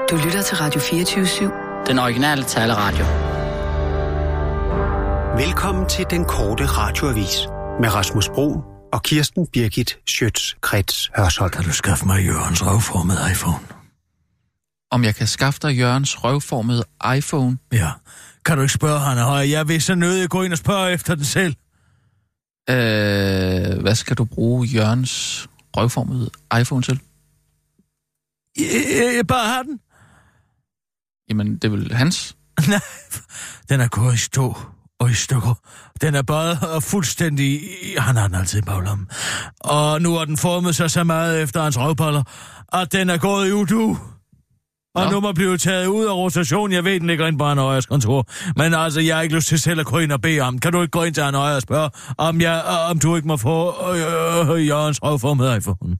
Du lytter til Radio 24/7. Den originale taleradio. Velkommen til den korte radioavis med Rasmus Bro og Kirsten Birgit Schøtz-Krets Hørsholm. Kan du skaffe mig Jørgens røvformede iPhone? Om jeg kan skaffe dig Jørgens røvformede iPhone? Ja. Kan du ikke spørge han højere? Jeg vil så nødig gå ind og spørge efter den selv. Hvad skal du bruge Jørgens røvformede iPhone til? Jeg bare har den. Jamen, det er vel hans? Nej, den er gået i stå og i stykker. Den er bare fuldstændig... Han har den altid i baglommen. Og nu har den formet sig så meget efter hans røvballer, at den er gået i udu. Og nu må blive taget ud af rotation. Jeg ved, den ligger inde på en højres kontor. Men altså, jeg har ikke lyst til selv at gå ind og bede om. Kan du ikke gå ind til en højre og spørge, om du ikke må få Jørgens røvformede iPhone?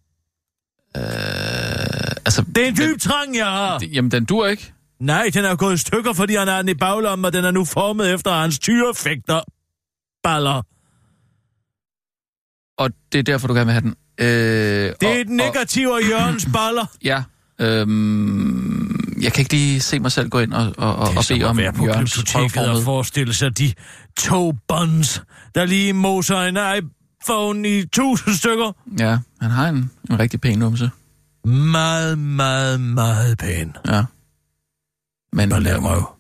Altså... Det er en dyb trang, jeg har. Jamen, den dur ikke. Nej, den er gået i stykker, fordi han har den i baglommen, og den er nu formet efter hans tyrefægter baller. Og det er derfor, du gerne vil have den. Det er et negativ af Jørgens baller. Ja. Jeg kan ikke lige se mig selv gå ind og bede om Jørgens røvformede. Og forestille sig de to buns, der lige moser en iPhone i 1000 stykker. Ja, han har en rigtig pæn numse. Meget, meget, meget pæn. Ja. Men hvad laver jo?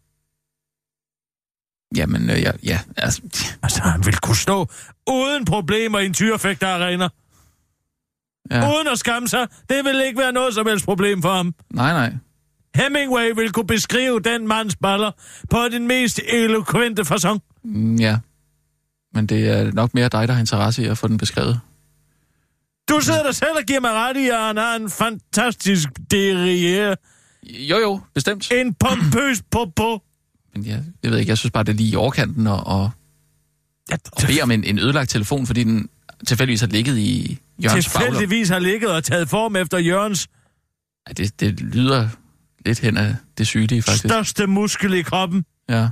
Jamen, ja, altså... Altså, han vil kunne stå uden problemer i en tyrefægterarena. Ja. Uden at skamme sig. Det vil ikke være noget som helst problem for ham. Nej. Hemingway vil kunne beskrive den mands baller på den mest eloquente facon. Ja. Men det er nok mere dig, der har interesse i at få den beskrevet. Du sidder der selv og giver mig ret i, at han har en fantastisk derrière. Jo, bestemt. En pompøs popo. Men jeg ved ikke, jeg synes bare, det er lige i overkanten og bede om en ødelagt telefon, fordi den tilfældigvis har ligget i Jørgens baglom. Tilfældigvis har ligget og taget form efter Jørgens... Ej, det lyder lidt hen af det sygelige, faktisk. Største muskel i kroppen. Ja.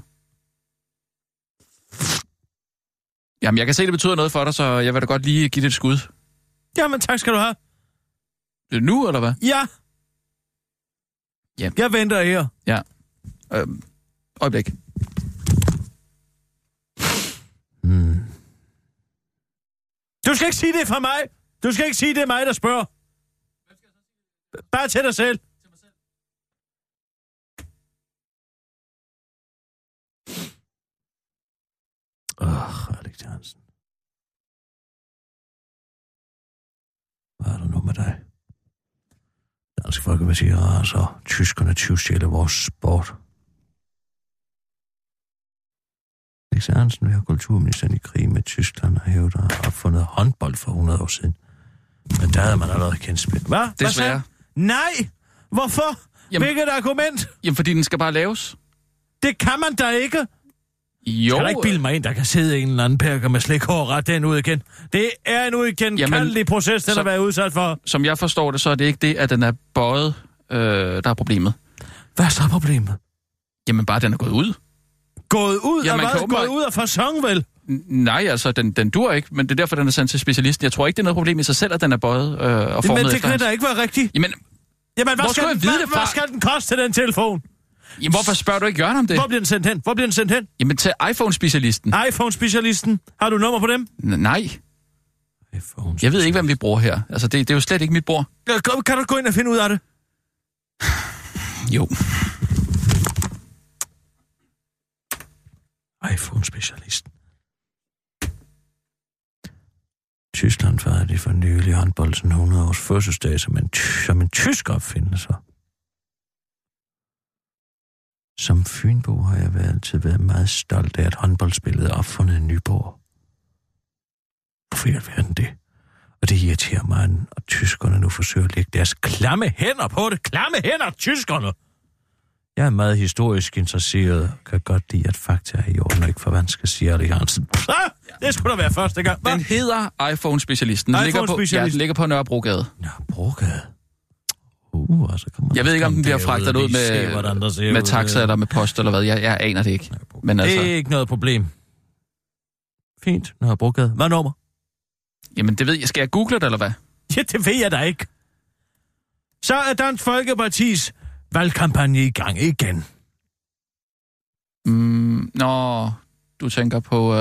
Jamen, jeg kan se, det betyder noget for dig, så jeg vil da godt lige give det et skud. Jamen, tak skal du have. Det er nu, eller hvad? Ja. Ja. Jeg venter her. Ja. Øjeblik. Du skal ikke sige det for mig. Du skal ikke sige, det er mig, der spørger. Bare til dig selv. Til mig selv. Alex Hansen. Hvad er der nu med dig? Dansk Folkeparti har så tyskerne tyvstjæler vores sport. Alex Hansen vil have kulturministeren i krig med Tyskland og hævder at have opfundet håndbold for 100 år siden. Men der havde man allerede kendt spil. Hvad? Desværre. Nej! Hvorfor? Jamen, hvilket argument? Jamen, fordi den skal bare laves. Det kan man da ikke. Jo. Kan der ikke bilde mig ind, der kan sidde en eller anden perker med slikhår ret den ud igen? Det er en uigenkaldelig proces, den har været udsat for. Som jeg forstår det, så er det ikke det, at den er bøjet, der er problemet. Hvad er så problemet? Jamen bare, den er gået ud. Gået ud? Ja, Gået ud af facon, vel? Nej, altså, den dur ikke, men det er derfor, den er sendt til specialisten. Jeg tror ikke, det er noget problem i sig selv, at den er bøjet og formet efter. Men det kan da ikke være rigtigt. Jamen hvad skal den koste, den telefon? Jamen, hvorfor spørger du ikke Jørgen om det? Hvor bliver den sendt hen? Jamen, til iPhone-specialisten. iPhone-specialisten? Har du nummer på dem? Nej. Jeg ved ikke, hvem vi bruger her. Altså, det er jo slet ikke mit bord. Kan du gå ind og finde ud af det? Jo. iPhone-specialisten. Tyskland fejrede for nylig håndboldens 100 års fødselsdag som en tysk opfindelse. Som fynbo har jeg altid været meget stolt af, at håndboldspillet er opfundet i Nyborg. Hvorfor i alverden det? Og det irriterer mig, at tyskerne nu forsøger at lægge deres klamme hænder på det. Klamme hænder, tyskerne! Jeg er meget historisk interesseret og kan godt lide, at fakta er i orden og ikke forvanskes, siger Alex Hansen. Det skulle da være første gang. Den hedder iPhone-specialisten. Den ligger på Nørrebrogade. Nørrebrogade? Altså, jeg ved ikke, om den bliver fragtet ud med taxa eller med post eller hvad. Jeg aner det ikke. Men altså... Det er ikke noget problem. Fint, Nørrebrogade. Hvad nummer? Jamen, det ved jeg. Skal jeg google det, eller hvad? Ja, det ved jeg da ikke. Så er Dansk Folkepartis valgkampagne i gang igen. Du tænker på...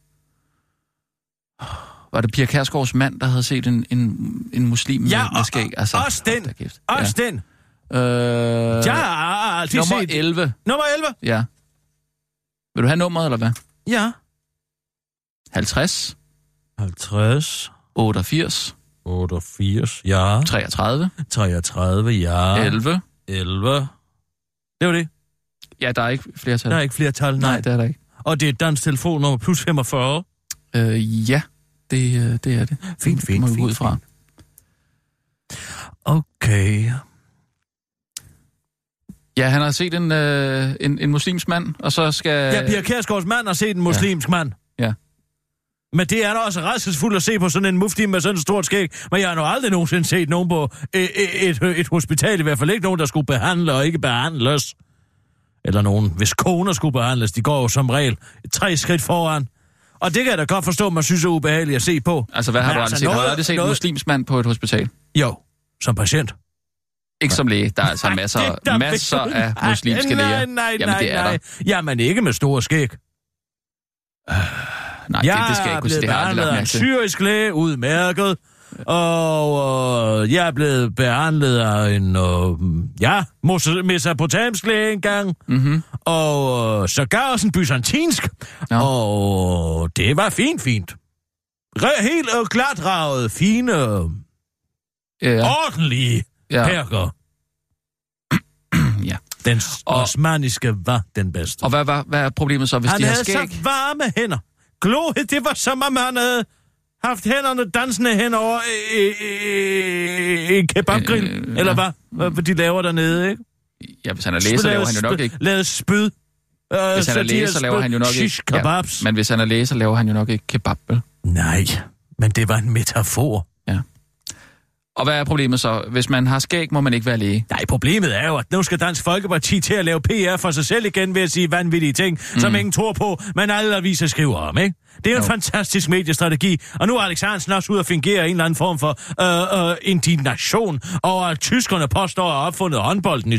Var det Pia Kjærsgaards mand, der havde set en muslim med skæg? Altså, også den. Jeg har altid nummer set... 11. Nummer 11? Ja. Vil du have nummeret, eller hvad? Ja. 50. 88, ja. 33, ja. 11. Det var det. Ja, der er ikke flertal. Der er ikke flertal, nej. Nej, det er der ikke. Og det er dansk telefonnummer plus 45. Ja, det er det. Fint. Ud fra. Okay. Ja, han har set en muslimsk mand, og så skal... Ja, Pia Kjærsgaards mand har set en muslimsk mand. Ja. Men det er da også rædselsfuldt at se på sådan en mufti med sådan et stort skæg. Men jeg har nu aldrig nogensinde set nogen på et hospital, i hvert fald ikke nogen, der skulle behandle og ikke behandles. Eller nogen, hvis koner skulle behandles, de går jo som regel 3 skridt foran. Og det kan jeg da godt forstå, man synes er ubehageligt at se på. Altså, hvad har du aldrig set? Har du aldrig set en muslimsk mand på et hospital? Jo, som patient. Ikke som læge. Der er altså masser af muslimske læger. Nej. Jamen ikke med store skæg. Nej, det skal jeg ikke kunne sige. Det har jeg aldrig lagt mærke til. Jeg er blevet behandlet af en syrisk læge, udmærket. Og jeg er blevet behandlet af en, mesopotamisk læge engang. Mm-hmm. Og sågar også en byzantinsk. Ja. Og det var fint. Helt glatraget, fine, ordentlige perker. Ja. Den osmaniske var den bedste. Og hvad er problemet så, hvis de har skæg? Han havde så varme hænder. Glohed, det var som om han havde haft hænderne dansende hen over en kebabgrill, eller hvad de laver dernede, ikke? Ja, hvis han er læser, laver han jo nok ikke. Lavet spyd. Hvis han er læser, laver han jo nok ikke. Ja, men hvis han er læser, laver han jo nok ikke kebab. Nej, men det var en metafor. Ja. Og hvad er problemet så? Hvis man har skæg, må man ikke være læge. Nej, problemet er jo, at nu skal Dansk Folkeparti til at lave PR for sig selv igen ved at sige vanvittige ting, som ingen tror på, men alle aviser skriver om, ikke? Det er en fantastisk mediestrategi, og nu er Alex Hansen også ude at fungere en eller anden form for indignation over, at tyskerne påstår at have opfundet håndbolden i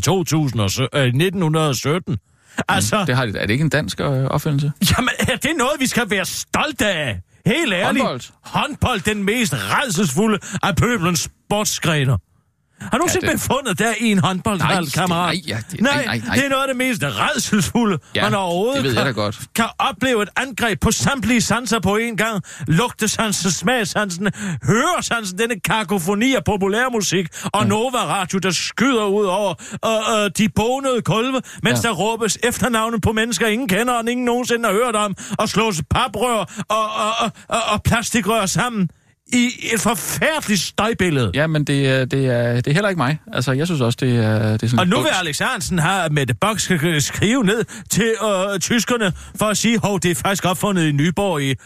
1917. Altså... Er det ikke en dansk opfindelse? Jamen, er det noget, vi skal være stolte af? Helt ærligt. Håndbold, den mest rædselsfulde af pøbelens sportsgrener. Har du nogensinde befundet der i en håndboldhal, kammerat? Nej, det er noget af det mest rædselsfulde, man overhovedet kan opleve et angreb på samtlige sanser på en gang. Lugtesansen, smagssansen, høresansen, denne kakofoni af populærmusik og Nova Radio, der skyder ud over de bonede kulve, mens der råbes efternavne på mennesker, ingen kender og ingen nogensinde har hørt om, og slås paprør og plastikrør sammen. I et forfærdeligt støjbillede. Ja, men det er heller ikke mig. Altså, jeg synes også, det er sådan... Og nu vil Alex Hansen have Mette Bock skal skrive ned til tyskerne for at sige, det er faktisk opfundet i Nyborg i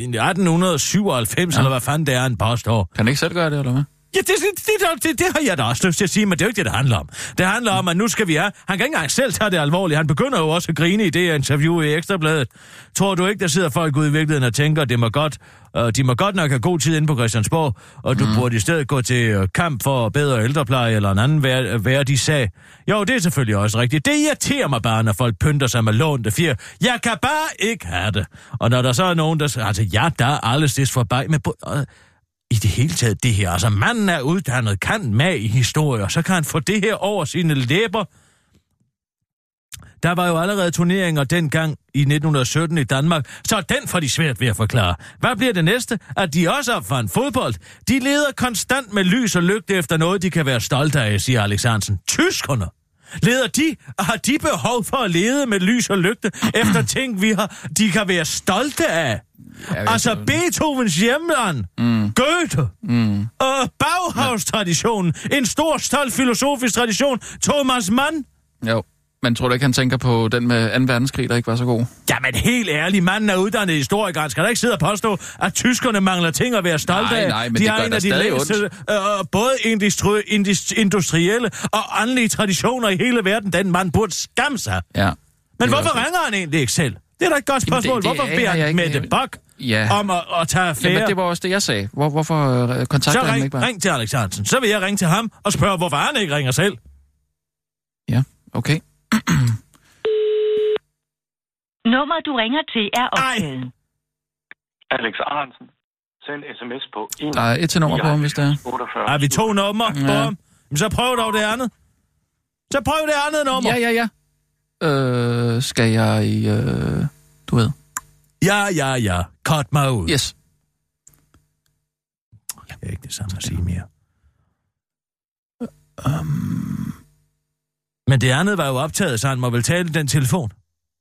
1897, eller hvad fanden det er, en påstår. Kan han ikke selv gøre det, eller hvad? Ja, det har jeg da også lyst til at sige, men det er jo ikke det handler om. Det handler om, at nu skal vi have... Han kan ikke engang selv tage det alvorligt. Han begynder jo også at grine i det interview i Ekstrabladet. Tror du ikke, der sidder folk ude i virkeligheden og tænker, de må godt nok have god tid inde på Christiansborg, og du burde i stedet gå til kamp for bedre ældrepleje eller en anden værdig sag. Jo, det er selvfølgelig også rigtigt. Det irriterer mig bare, når folk pynter sig med lånte fjer. Jeg kan bare ikke have det. Og når der så er nogen, der... Altså, der er alles det forbi, men... I det hele taget det her. Altså, manden er uddannet, kan med i historie, og så kan han få det her over sine læber. Der var jo allerede turneringer dengang i 1917 i Danmark, så den får de svært ved at forklare. Hvad bliver det næste? At de også opfandt fodbold. De leder konstant med lys og lygte efter noget, de kan være stolte af, siger Alex Hansen. Tyskerne. Har de behov for at lede med lys og lygte efter ting, de kan være stolte af? Altså Beethovens hjemland, Goethe, og Bauhaus-traditionen, en stor, stolt filosofisk tradition, Thomas Mann. Jo, men tror du ikke, han tænker på den med 2. verdenskrig, der ikke var så god? Jamen helt ærligt, manden er uddannet historiker. Han skal da ikke sidde og påstå, at tyskerne mangler ting at være stolte af. Nej, men de det gør da stadig ondt. Både industrielle og åndelige traditioner i hele verden. Den mand burde skamme sig. Ja. Men hvorfor ringer han egentlig ikke selv? Det er da et godt spørgsmål. Hvorfor beder han Mette Bock om at tage affære? Jamen, det var også det, jeg sagde. Hvorfor kontakter han ikke bare? Så ring til Alex Hansen. Så vil jeg ringe til ham og spørge, hvorfor han ikke ringer selv. Ja. Okay. Nummer, du ringer til, er optaget. Alex Arensen. Send sms på 1. Der er et til nummer på ham, hvis det er. 48. Har vi 2 numre på ham? Så prøv dog det andet. Så prøv det andet nummer. Ja. Skal jeg i... du ved. Ja. Cut mig ud. Yes. Det er ikke det samme at sige mere. Men det andet var jo optaget, så han må vel tale den telefon.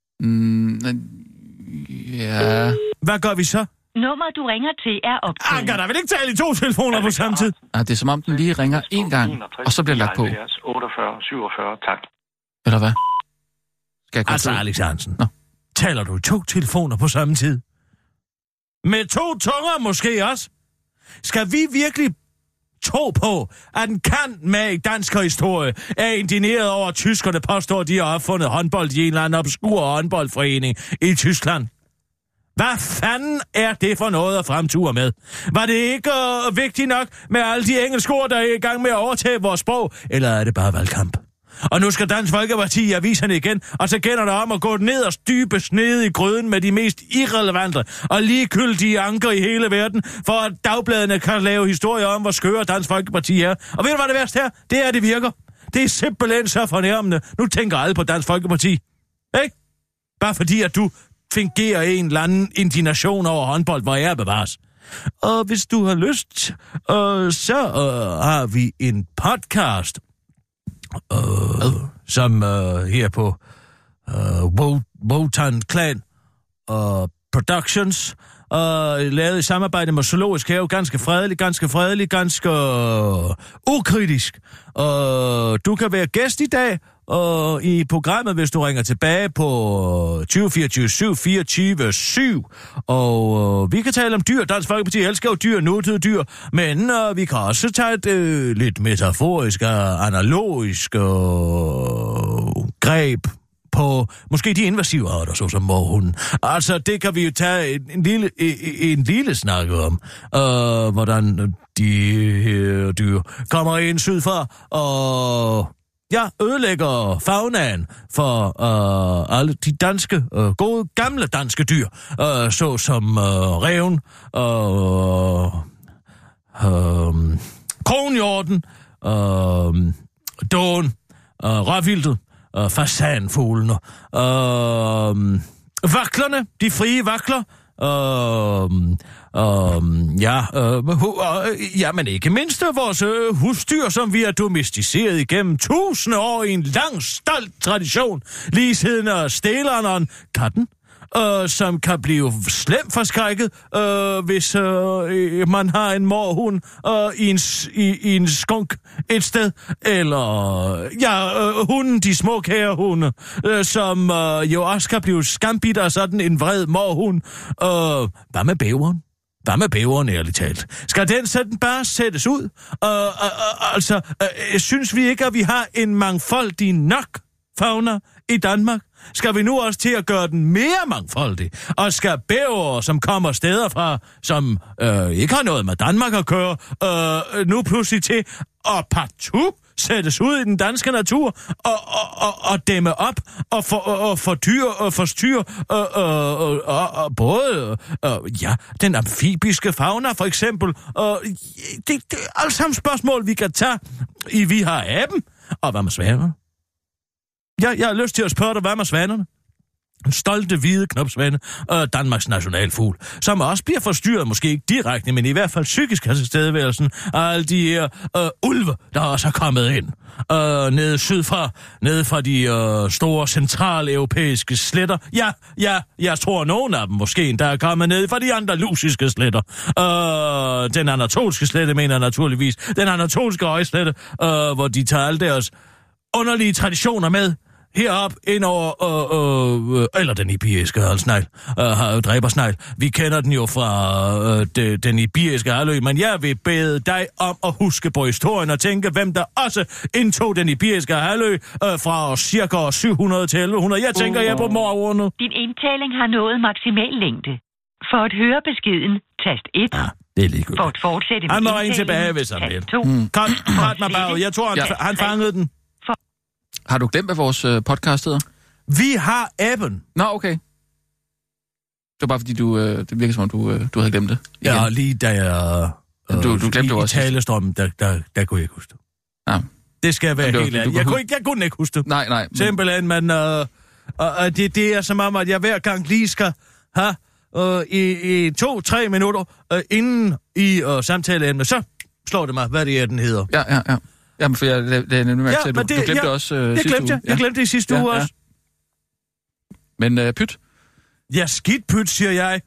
Ja. Hvad gør vi så? Nummer, du ringer til, er optaget. Han kan da vel ikke tale i 2 telefoner på samme tid? Ah, det er som om, den lige ringer 1 gang, og så bliver lagt på. 48, 47, tak. Eller hvad? Skal jeg gå Altså, til? Alex Hansen. Nå. Taler du i 2 telefoner på samme tid? Med 2 tunger måske også? Skal vi virkelig tro på, at en kant med dansk historie er indigneret over, at tyskerne påstår, at de har opfundet håndbold i en eller anden obskur håndboldforening i Tyskland? Hvad fanden er det for noget at fremture med? Var det ikke vigtigt nok med alle de engelske ord, der er i gang med at overtage vores sprog? Eller er det bare valgkamp? Og nu skal Dansk Folkeparti i aviserne igen, og så gælder det om at gå ned og dybest ned i gryden med de mest irrelevante og ligegyldige anker i hele verden, for at dagbladene kan lave historier om, hvor skøre Dansk Folkeparti er. Og ved du, hvad det værste er? Det er, at det virker. Det er simpelthen så fornærmende. Nu tænker alle på Dansk Folkeparti. Ikke? Bare fordi, at du fingerer en eller anden indignation over håndbold, hvor jeg bevares. Og hvis du har lyst, så har vi en podcast, som her på Wotan Clan Productions, lavet i samarbejde med Zoologisk Have, ganske fredelig, ganske ukritisk. Du kan være gæst i dag i programmet, hvis du ringer tilbage på 24 og vi kan tale om dyr. Dansk Folkeparti elsker jo dyr, nutede dyr, men vi kan også tage et lidt metaforisk og analogisk greb på måske de invasive arter, såsom mårhunden. Altså, det kan vi jo tage en lille snak om, hvordan de her dyr kommer ind sydfra, og ødelægger faunaen for alle de danske, gode, gamle danske dyr, såsom ræven, kronhjorten, dåen, råvildtet, fasanfuglene, vaklerne, de frie vakler, men ikke mindst vores husdyr, som vi har domesticeret igennem 1000 år i en lang, stolt tradition, lige siden stæleren katten, som kan blive slemt forskrækket, hvis man har en mårhund i en skunk et sted, eller hunden, de små kærehunde, som jo også kan blive skambidt af sådan en vred mårhund. Hvad med bæveren? Hvad med bæveren, ærligt talt? Skal den sådan bare sættes ud? Synes vi ikke, at vi har en mangfoldig nok fauna i Danmark? Skal vi nu også til at gøre den mere mangfoldig? Og skal bæver, som kommer steder fra, som ikke har noget med Danmark at gøre, nu pludselig til at partout sættes ud i den danske natur og dæmme op og forstyrre både den amfibiske fauna for eksempel. Det er alle sammen spørgsmål, vi kan tage i Vi har aben. Og hvad med svanerne? Jeg har lyst til at spørge dig, hvad med svanerne? En stolte, hvide knopsvane, Danmarks nationalfugl, som også bliver forstyrret, måske ikke direkte, men i hvert fald psykisk af tilstedeværelsen af alle de her ulve, der også er kommet ind. Nede sydfra, nede fra de store centraleuropæiske sletter. Jeg tror, nogen af dem måske endda er kommet ned fra de andalusiske sletter. Den anatolske slette mener jeg naturligvis. Den anatolske højslette, hvor de tager alle deres underlige traditioner med herop ind over, eller den iberiske halsnegl, dræbersnegl. Vi kender den jo fra den iberiske halvø, men jeg vil bede dig om at huske på historien og tænke, hvem der også indtog den iberiske halvø fra cirka 700 til 1100. Jeg tænker, jeg på morgenen. Din indtaling har nået maksimal længde. For at høre beskeden, tast 1. Ja, det er ligegyldigt. For at fortsætte med han må ringe tilbage, hvis han vil. Kom, mig bare. Jeg tror, han fangede den. Har du glemt, hvad vores podcast hedder? Vi har appen. Nå, okay. Det var bare fordi, det virker som om, du havde glemt det. Igen. Ja, lige da jeg... Du glemte det også. I talestrømmen, der kunne jeg ikke huske det. Ja. Det skal være helt ærligt. Jeg kunne ikke huske det. Nej. Simpelthen, men det er som om, at jeg hver gang lige skal have i 2-3 minutter inden i samtaleemnet, så slår det mig, hvad det er, den hedder. Ja. Jamen, for det er nemlig mærke til, at du glemte også sidste uge. Jeg glemte det i sidste uge også. Men pyt? Ja, skidt pyt, siger jeg.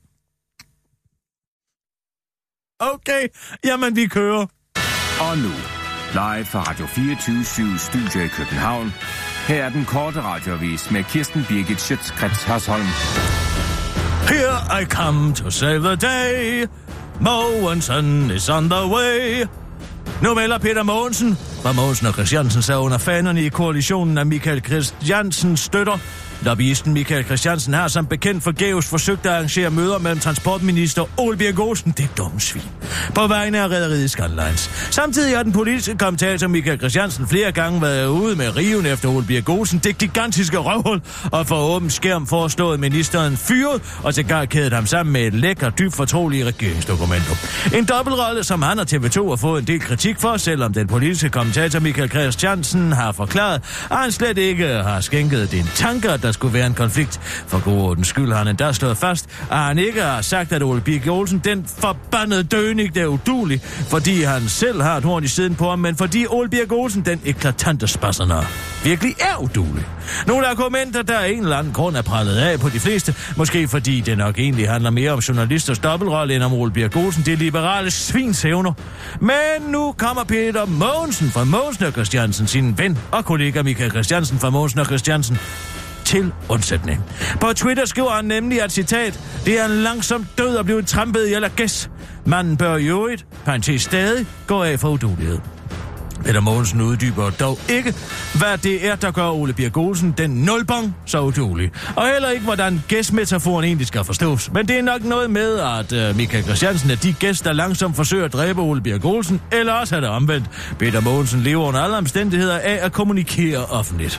Okay, jamen vi kører. Og nu, live fra Radio 24/7 Studio i København. Her er den korte radioavis med Kirsten Birgit Schøtz-Krets Hørsholm. Here I come to save the day. Mogensen is on the way. Nu melder Peter Mogensen, fra Mogensen og Christiansen sig under fanerne i koalitionen af Michael Christiansens støtter. Lobbyisten Michael Christiansen har som bekendt forgæves forsøgt at arrangere møder mellem transportminister Ole Birk Olesen, det dumme svin, på vegne af rederiet Scandlines. Samtidig har den politiske kommentator Michael Christiansen flere gange været ude med riven efter Ole Birk Olesen, det gigantiske røvhul, og for åben skærm foreslået ministeren fyret, og til gang kædet ham sammen med et lækker, dybt fortrolige regeringsdokumenter. En dobbeltrolle, som han og TV2 har fået en del kritik for, selvom den politiske kommentator Michael Christiansen har forklaret, at han slet ikke har skænket den tanker, der skulle være en konflikt. For god ordens skyld har han endda stået fast, at han ikke har sagt, at Ole Birk Olesen, den forbandede døgning, der er uduelig, fordi han selv har et horn i siden på ham, men fordi Ole Birk Olesen, den eklatante spassernar, virkelig er uduelig. Nogle argumenter, der af en eller anden grund er prallet af på de fleste, måske fordi det nok egentlig handler mere om journalisters dobbeltrolle end om Ole Birk Olesen, det liberale svinshævner. Men nu kommer Peter Mogensen fra Mogensen og Christiansen, sin ven og kollega Michael Christiansen fra Mogensen og Christiansen, til undsætning. På Twitter skriver han nemlig, at citat, det er en langsom død at blive trampet i eller gæs. Manden bør i øvrigt, parentes stadig, gå af for udulighed. Peter Mogensen uddyber dog ikke, hvad det er, der gør Ole Birk Olesen den nulbong så udulig. Og heller ikke, hvordan gæstmetaforen egentlig skal forstås. Men det er nok noget med, at Michael Christiansen er de gæster, der langsomt forsøger at dræbe Ole Birk Olesen, eller også er det omvendt. Peter Mogensen lever under alle omstændigheder af at kommunikere offentligt.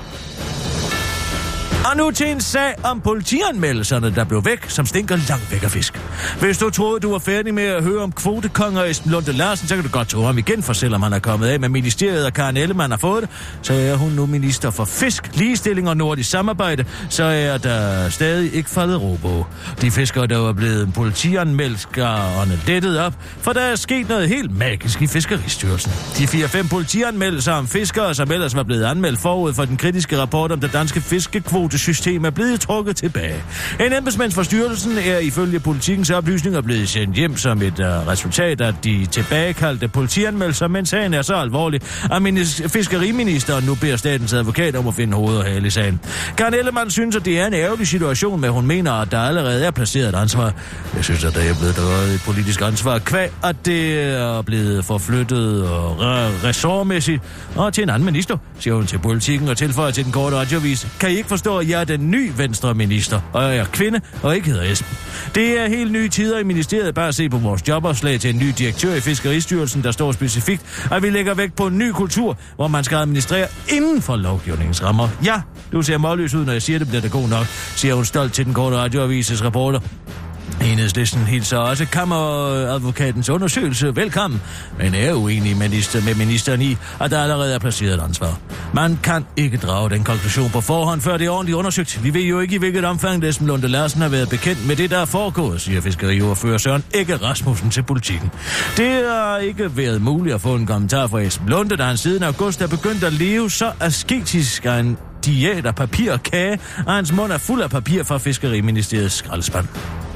Og nu til en sag om politianmeldelserne, der blev væk, som stinker langt væk af fisk. Hvis du troede, du var færdig med at høre om kvotekonger Esben Lunde Larsen, så kan du godt tro ham igen, for selvom han er kommet af med ministeriet, og Karen Ellemann har fået det, så er hun nu minister for fisk, ligestilling og nordisk samarbejde, så er der stadig ikke faldet ro på. De fiskere, der var blevet politianmeldt, skal lettet op, for der er sket noget helt magisk i Fiskeristyrelsen. De 4-5 politianmeldelser om fiskere, som ellers var blevet anmeldt forud for den kritiske rapport om det danske fiskekvotesystem, er blevet trukket tilbage. En embedsmand fra styrelsen er ifølge Politikens oplysninger blevet sendt hjem som et resultat af de tilbagekaldte politianmeldelser, men sagen er så alvorlig, at fiskeriministeren nu beder statens advokat om at finde hoved og hale i sagen. Karen Ellemann synes, at det er en ærgerlig situation, men hun mener, at der allerede er placeret et ansvar. Jeg synes, at der er blevet drevet et politisk ansvar kvæg, at det er blevet forflyttet og ressortmæssigt og til en anden minister, siger hun til Politikken og tilføjer til den korte radioavis. Kan I ikke forstå, at jeg er den nye venstreminister, og jeg er kvinde og ikke hedder Esben? Det er helt nye tider i ministeriet. Bare se på vores jobopslag til en ny direktør i Fiskeristyrelsen, der står specifikt, at vi lægger vægt på en ny kultur, hvor man skal administrere inden for lovgivningens rammer. Ja, du ser målløs ud, når jeg siger, det bliver det god nok, siger hun stolt til den korte radioavises reporter. Enhedslisten hilser også kammeradvokatens undersøgelse velkommen, men er uenig med ministeren i, at der allerede er placeret et ansvar. Man kan ikke drage den konklusion på forhånd, før det er ordentligt undersøgt. Vi ved jo ikke, i hvilket omfang Esben Lunde Larsen har været bekendt med det, der er foregået, siger fiskeriordfører Søren Egge Rasmussen til Politikken. Det har ikke været muligt at få en kommentar fra Esben Lunde, da han siden august er begyndt at leve så asketisk af en diæt af papir og kage, og hans mund er fuld af papir fra Fiskeriministeriets skraldespand.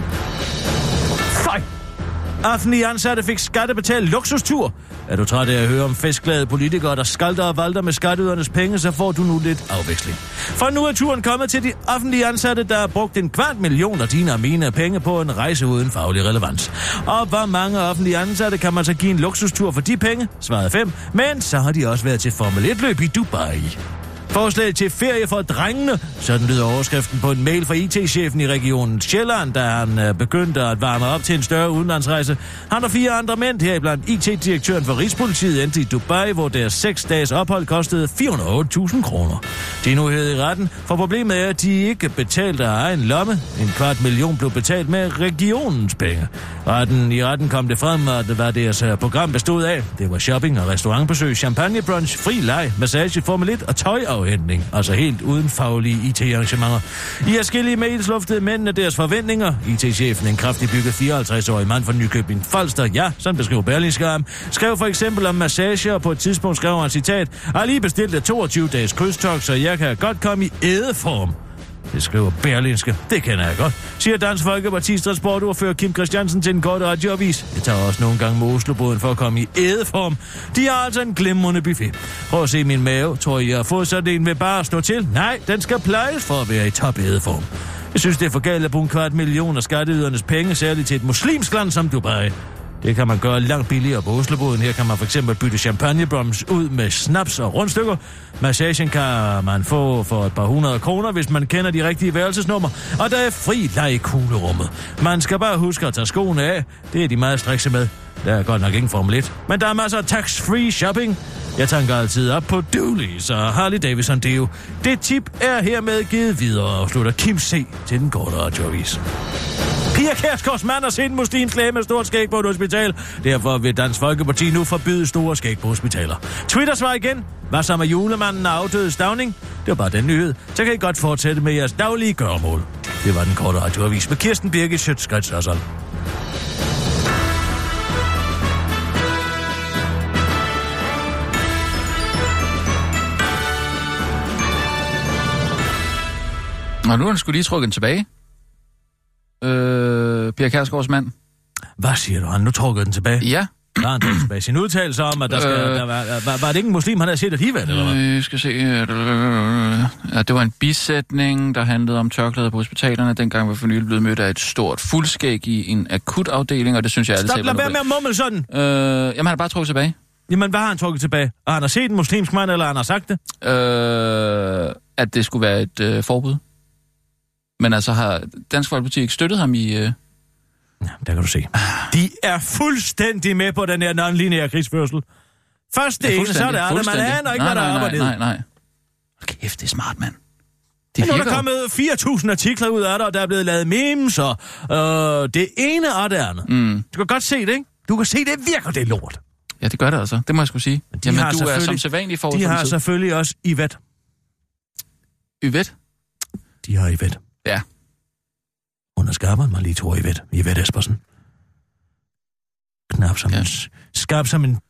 Offentlige ansatte fik skattebetalt luksustur. Er du træt af at høre om festglade politikere, der skalter og valter med skatteydernes penge, så får du nu lidt afveksling. For nu er turen kommet til de offentlige ansatte, der har brugt 250.000 af dine og mine penge på en rejse uden faglig relevans. Og hvor mange offentlige ansatte kan man så give en luksustur for de penge? Svaret 5. Men så har de også været til Formel 1-løb i Dubai. Forslag til ferie for drengene, sådan lyder overskriften på en mail fra IT-chefen i regionen Sjælland, da han begyndte at varme op til en større udenlandsrejse. Han og 4 andre mænd, heriblandt IT-direktøren for Rigspolitiet, endte i Dubai, hvor deres 6 dages ophold kostede 408.000 kroner. De er nu hævet i retten, for problemet er, at de ikke betalte af egen lomme. 250.000 blev betalt med regionens penge. I retten kom det frem, at hvad deres program bestod af. Det var shopping og restaurantbesøg, champagnebrunch, fri leg, massage, Formel 1 og tøjafhentning. Altså helt uden faglige IT-arrangementer. I forskellige mails luftede mændene deres forventninger. IT-chefen, en kraftig bygget 54-årig mand fra Nykøbing Falster, ja, sådan beskriver Berlingske ham, skrev for eksempel om massage, og på et tidspunkt skrev han citat: "Jeg har lige bestilt et 22-dages krydstogt, så jeg kan godt komme i ædeform." Det skriver Berlingske. Det kender jeg godt, siger Dansk Folkepartis transportordfører Kim Christiansen til den korte radioavis. Jeg tager også nogle gange med Oslobåden for at komme i ædeform. De har altså en glimrende buffet. Prøv at se min mave. Tror I, jeg har fået sådan en ved bare at stå til? Nej, den skal plejes for at være i top ædeform. Jeg synes, det er for galt at bruge 250.000 af skatteydernes penge, særligt til et muslimsk land som Dubai. Det kan man gøre langt billigere på Oslobåden. Her kan man f.eks. bytte champagnebrums ud med snaps og rundstykker. Massagen kan man få for et par 100 kroner, hvis man kender de rigtige værelsesnummer. Og der er fri leg i kuglerummet. Man skal bare huske at tage skoene af. Det er de meget strikse med. Der er godt nok ingen Formel 1. Men der er masser af tax-free shopping. Jeg tanker altid op på Dooley's og Harley Davidson Deo. Det tip er hermed givet videre, og slutter Kim C. til den korte radioavis. Pia Kjærsgaards mand har set en muslimsk læge med stort skæg på et hospital. Derfor vil Dansk Folkeparti nu forbyde store skæg på hospitaler. Twitter svarer igen. Hvad så med julemanden og afdøde Stavning? Det var bare den nyhed. Så kan I godt fortsætte med jeres daglige gøremål. Det var den korte radioavis med Kirsten Birgit Schøtz-Krets Hørsholm. Og nu er den sgu lige trukket tilbage. Pia Kjærsgaards mand. Hvad siger du? Han nu trukket den tilbage? Ja. Der han trukket tilbage. Sin udtalelse om, at der skal... var det ikke en muslim, han havde set alligevel, eller hvad? Jeg skal se... Ja, det var en bisætning, der handlede om tørklæder på hospitalerne. Dengang var for nylig blevet mødt af et stort fuldskæg i en akutafdeling, og det synes jeg alle selv var... Stop, lad være med at mumle sådan! Jamen, han har bare trukket tilbage. Jamen, hvad har han trukket tilbage? Og han har set en muslimsk mand, eller han har sagt det? At det skulle være et forbud. Men altså har Dansk Folkeparti ikke støttet ham i... Ja, der kan du se. De er fuldstændig med på den her non-lineære krigsførsel. Først det ene, så er det andet. Man aner ikke, hvad der er på det. Nej. Kæft, det er smart, mand. Nu er der kommet 4.000 artikler ud af det, og der er blevet lavet memes, og det ene og det andet. Du kan godt se det, ikke? Du kan se, det virker, det lort. Ja, det gør det altså. Det må jeg sgu sige. Jamen, du er som sædvanlig forud. De har selvfølgelig også Yvette. Yvette? De har Yvette. Ja. Hun er skarpere, man lige tror Yvette Espersen. Knap som en... Skarp som en...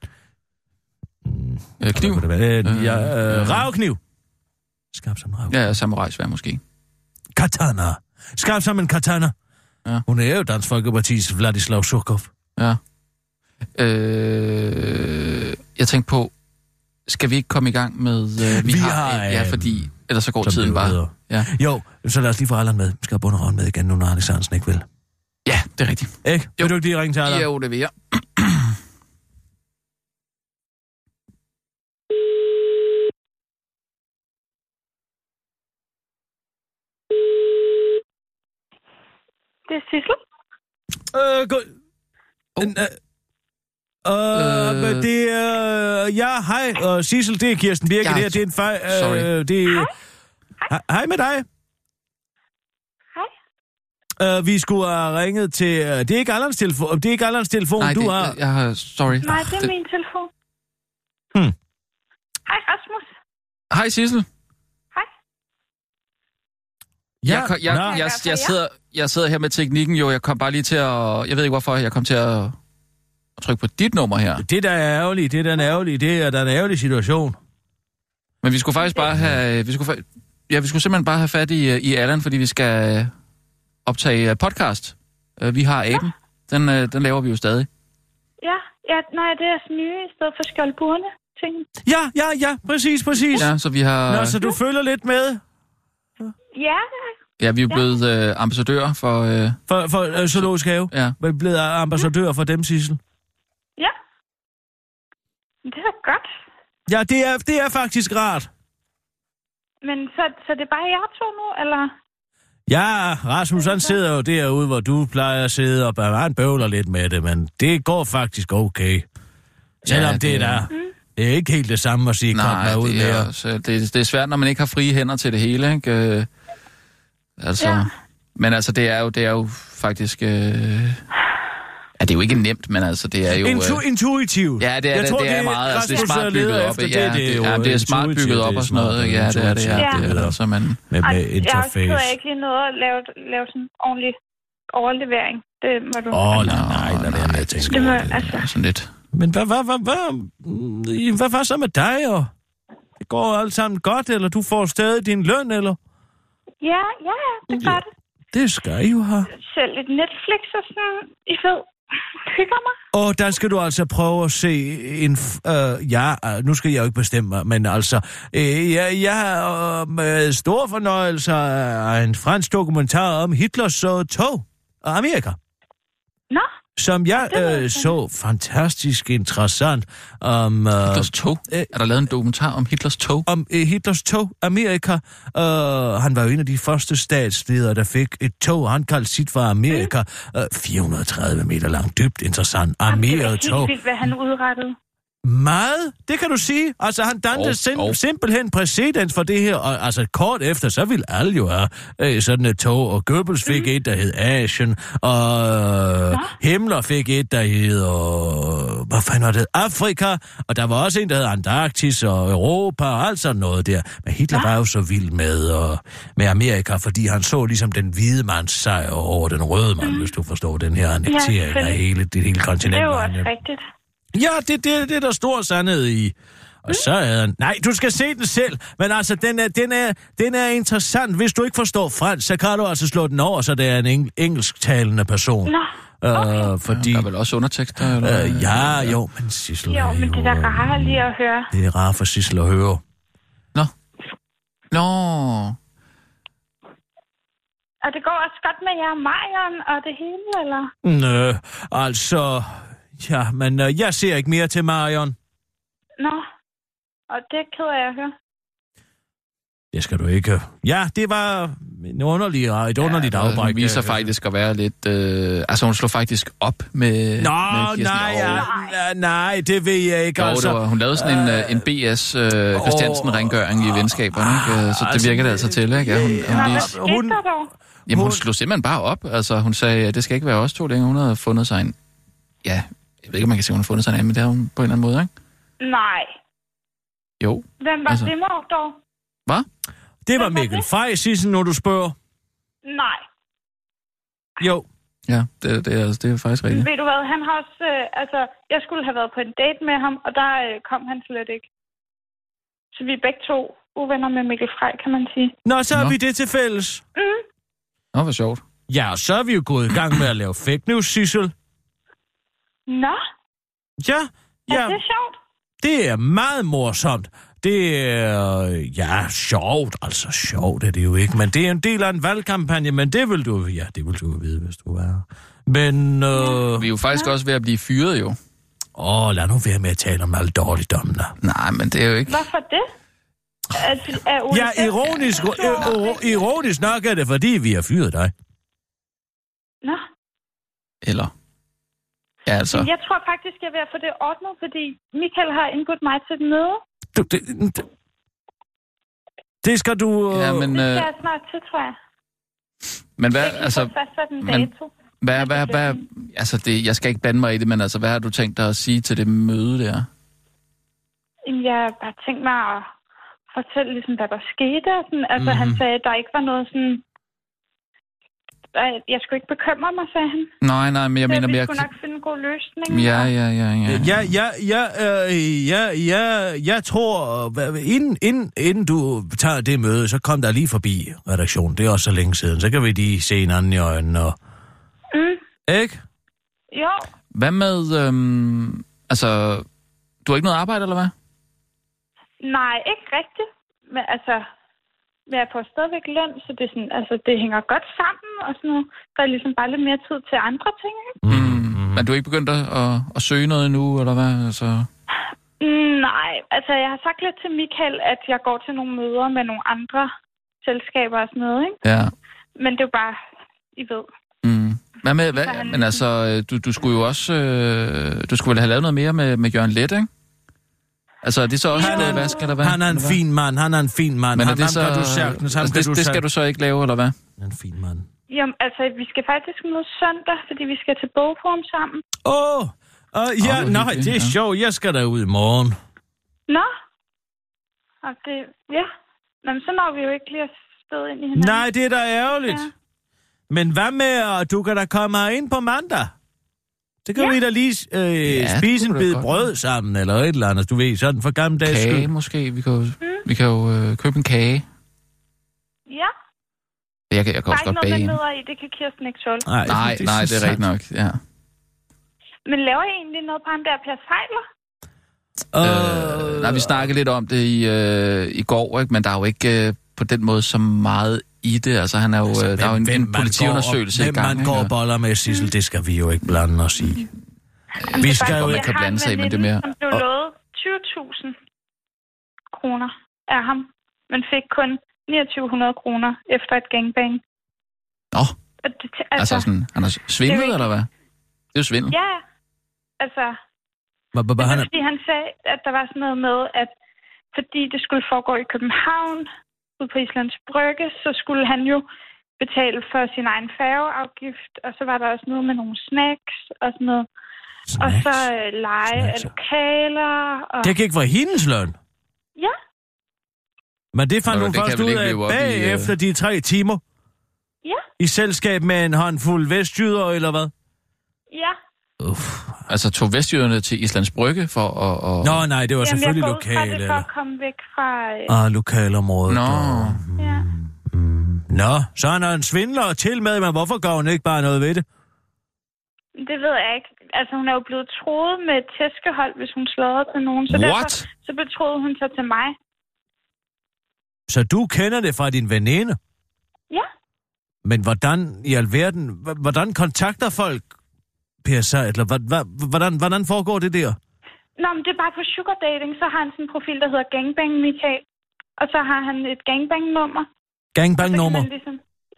Kniv? Ravkniv. Skarp som en ravkniv. Ja, samurajsvær måske. Katana. Skarp som en katana. Ja. Hun er jo Dansk Folkepartis Vladislav Surkov. Ja. Jeg tænkte på, skal vi ikke komme i gang med... Vi har ja, fordi... Ellers så går tiden bare. Ja. Jo, så lad os lige få Allan med. Vi skal have bunderøven med igen, nu når Alex Hansen ikke vil. Ja, det er rigtigt. Ikke? Vil du ikke lige ringe til Allan? Jo, det vil jeg. Det er Sissel. Det er... ja, hej. Sissel, det er Kirsten Birke. Det er en fejl. Hej med dig. Hej. Vi skulle have ringet til... Det er ikke Allans telefon. Det er ikke Allans telefon, nej, du har... Jeg har... Sorry. Nej, det er min telefon. Hej, Rasmus. Hej, Sissel. Hej. Jeg sidder her med teknikken, jo. Jeg kom bare lige til at... Jeg ved ikke, hvorfor jeg kom til at trykke på dit nummer her. Det der er ærgerligt. Det er den ærgerlige. Det er den ærgerlige situation. Men vi skulle faktisk bare have... Vi skulle simpelthen bare have fat i Allan, fordi vi skal optage podcast. Vi har aben. Den laver vi jo stadig. Ja, nej, det er nye i stedet for skjoldburene ting. Ja, præcis. Ja, så vi har... Nå, så du følger lidt med? Ja, ja, vi er jo blevet ambassadører for Zoologisk Have? Ja. Vi er blevet ambassadører for dem, Sissel? Ja. Det er godt. Ja, det er faktisk rart. Men så det er bare jer to nu, eller? Ja, Rasmus, han sidder jo derude, hvor du plejer at sidde, og han bøvler lidt med det, men det går faktisk okay. Selvom det er der. Det er ikke helt det samme at sige, kom mig ud mere. Også, det er svært, når man ikke har frie hænder til det hele, ikke? Men altså, det er jo faktisk... det er jo ikke nemt, men altså, det er jo... Intuitivt. Ja, det er det. Det er meget... Altså, det er smart bygget op. Det er smart bygget op og sådan noget. Ja, det er det. Altså, man... Med interface. Jeg har ikke lige noget at lave sådan en ordentlig overlevering. Det må du... Nej, lad det med til. Det må, altså... Sådan lidt. Men hvad så med dig, og det går alt sammen godt, eller du får stadig din løn, eller? Ja, det gør det. Det skal I jo have. Selv lidt Netflix og sådan, I ved, hygger mig. Og der skal du altså prøve at se en... nu skal jeg jo ikke bestemme mig, men altså... jeg har med stor fornøjelse af en fransk dokumentar om Hitlers tog og Amerika. Nå? Som jeg så fantastisk interessant om... Hitlers tog? Er der lavet en dokumentar om Hitlers tog? Om Hitlers tog, Amerika. Han var jo en af de første statsledere, der fik et tog. Han kaldte sit for Amerika. 430 meter langt, dybt interessant. Armeret tog. Det er helt vildt, hvad han udrettede. Meget, det kan du sige. Altså, han dannede simpelthen præcedens for det her, og altså kort efter, så ville alle jo have sådan et tog, og Goebbels fik et, der hed Asien, og Himmler fik et, der hed, hvad fanden var det, Afrika, og der var også en, der hed Antarktis og Europa, og alt sådan noget der. Men Hitler var jo så vild med Amerika, fordi han så ligesom den hvide mands sejr over den røde mand, hvis du forstår den her annektering af hele kontinentet. Det er jo også rigtigt. Ja, det er der stor sandhed i. Og så er den... Nej, du skal se den selv. Men altså, den er interessant. Hvis du ikke forstår fransk, så kan du altså slå den over, så det er en engelsktalende person. Nå, okay. Fordi... Der er vel også undertekster? Eller? Jo, men Sissel... Jo, men det er da rart lige at høre. Det er rart for Sissel at høre. Nå. Og det går også godt med jer, Marion, og det hele, eller? Altså... Ja, men jeg ser ikke mere til Marion. Nå, og det er ked af at høre. Det skal du ikke. Ja, det var et underligt afbræk. Hun viser faktisk at være lidt... hun slår faktisk op med... Nej, det ved jeg ikke. Jo, hun lavede sådan en BS Christiansen-rengøring i venskaberne, ikke? Så det virker det altså til, ikke? Hun slog simpelthen bare op. Altså, hun sagde, at det skal ikke være os to længere. Hun havde fundet sig en... Ja, jeg ved ikke, om man kan sige, hun har fundet sig en anden, men det har hun på en eller anden måde, ikke? Nej. Jo. Hvem var det dog? Hvad? Det var Mikkel Fej, Sissel, når du spørger. Nej. Jo. Ja, det er faktisk rigtigt. Ved du hvad, han har også... jeg skulle have været på en date med ham, og der kom han slet ikke. Så vi er begge to uvenner med Mikkel Fej, kan man sige. Nå, så har vi det til fælles. Nå, hvor sjovt. Ja, og så er vi jo gået i gang med at lave fake news, Sissel. Nå? Ja. Er det sjovt? Det er meget morsomt. Det er sjovt. Altså, sjovt er det jo ikke. Men det er en del af en valgkampagne, men det vil du vide, hvis du er. Men... Vi er jo faktisk også ved at blive fyret, jo. Lad nu være med at tale om alle dårligdommene. Nej, men det er jo ikke... Hvorfor det? Ironisk nok er det, fordi vi har fyret dig. Nå. Eller... Ja, altså. Jeg tror faktisk, jeg er ved at få det ordnet, fordi Michael har indbudt mig til et møde. Det skal du... Ja, men... Det skal jeg snart til, tror jeg. Men hvad, altså... Hvad, altså, jeg skal ikke blande mig i det, men altså, hvad har du tænkt dig at sige til det møde der? Jeg har bare tænkt mig at fortælle, ligesom, hvad der skete. Sådan. Altså, han sagde, at der ikke var noget sådan... Jeg skulle ikke bekymre mig, sagde han. Nej, men jeg mener... Vi skulle nok finde en god løsning. Jeg tror, inden du tager det møde, så kom der lige forbi redaktionen. Det er også så længe siden. Så kan vi lige se en anden i øjnene. Ikke? Jo. Hvad med... du har ikke noget arbejde, eller hvad? Nej, ikke rigtigt. Men altså... Men jeg får stadigvæk løn, så det, er sådan, altså, det hænger godt sammen, og sådan noget. Der er ligesom bare lidt mere tid til andre ting, ikke? Men du er ikke begyndt at søge noget endnu, eller hvad? Altså... Nej, altså jeg har sagt lidt til Michael, at jeg går til nogle møder med nogle andre selskaber og sådan noget, ikke? Ja. Men det er jo bare, I ved. Hvad med, men altså, du skulle jo også... du skulle vel have lavet noget mere med Jørgen Leth, ikke? Altså, er det så også et vask, eller hvad? Han er en fin mand, han er en fin mand. Men er det så... Kan du sagtens, det skal du så ikke lave, eller hvad? Han er en fin mand. Jamen, altså, vi skal faktisk møde søndag, fordi vi skal til bogforum sammen. Nej, det er sjovt. Jeg skal derud i morgen. Nå? Og det... Ja. Nå, men så når vi jo ikke lige at støde ind i hinanden. Nej, det er da ærgerligt. Ja. Men hvad med, at du kan da komme ind på mandag? Så kan vi da lige spise en bid brød sammen, eller et eller andet, du ved, sådan for gamle dages skyld. Kage måske, vi kan jo købe en kage. Ja. Jeg kan også godt bage en. Der er ikke noget, der i, det kan Kirsten ikke tåle. Nej, det er rigtigt nok, ja. Men laver I egentlig noget på ham der Per Sejler? Nej, vi snakkede lidt om det i går, ikke? Men der er jo ikke på den måde så meget i det. Altså, han er jo, der er jo en politiundersøgelse i gang. Hvem man går og boller med, Sissel, det skal vi jo ikke blande os i. Vi skal jo ikke kan blande sig i, men det mere. Som blev lovet 20.000 kroner af ham, men fik kun 2.900 kroner efter et gangbang. Nå, altså sådan, han har svindlet, eller hvad? Det er jo svindel. Ja, altså... Fordi han sagde, at der var sådan noget med, at fordi det skulle foregå i København, ude på Islands Brygge, så skulle han jo betale for sin egen færgeafgift, og så var der også noget med nogle snacks og sådan noget. Snacks? Og så leje af lokaler. Og... Det kan ikke være hendes løn? Ja. Men det fandt hun først ud af bagefter de 3 timer? Ja. I selskab med en håndfuld vestjyder, eller hvad? Ja. Altså tog vestjyderne til Islands Brygge for at... Nå, nej, det var selvfølgelig lokale. Jeg går for at komme væk fra... lokalområdet. Nå. Ja. Nå, så han er en svindler til med, men hvorfor gør hun ikke bare noget ved det? Det ved jeg ikke. Altså, hun er jo blevet troet med et tæskehold, hvis hun slår til nogen. Så derfor så betroede hun sig til mig. Så du kender det fra din veninde? Ja. Men hvordan i alverden... Hvordan kontakter folk... Per Seidler, hvordan foregår det der? Nå, men det er bare på sugar dating, så har han sådan en profil, der hedder Gangbang Michael. Og så har han et gangbang-nummer. Gangbang-nummer? Ligesom...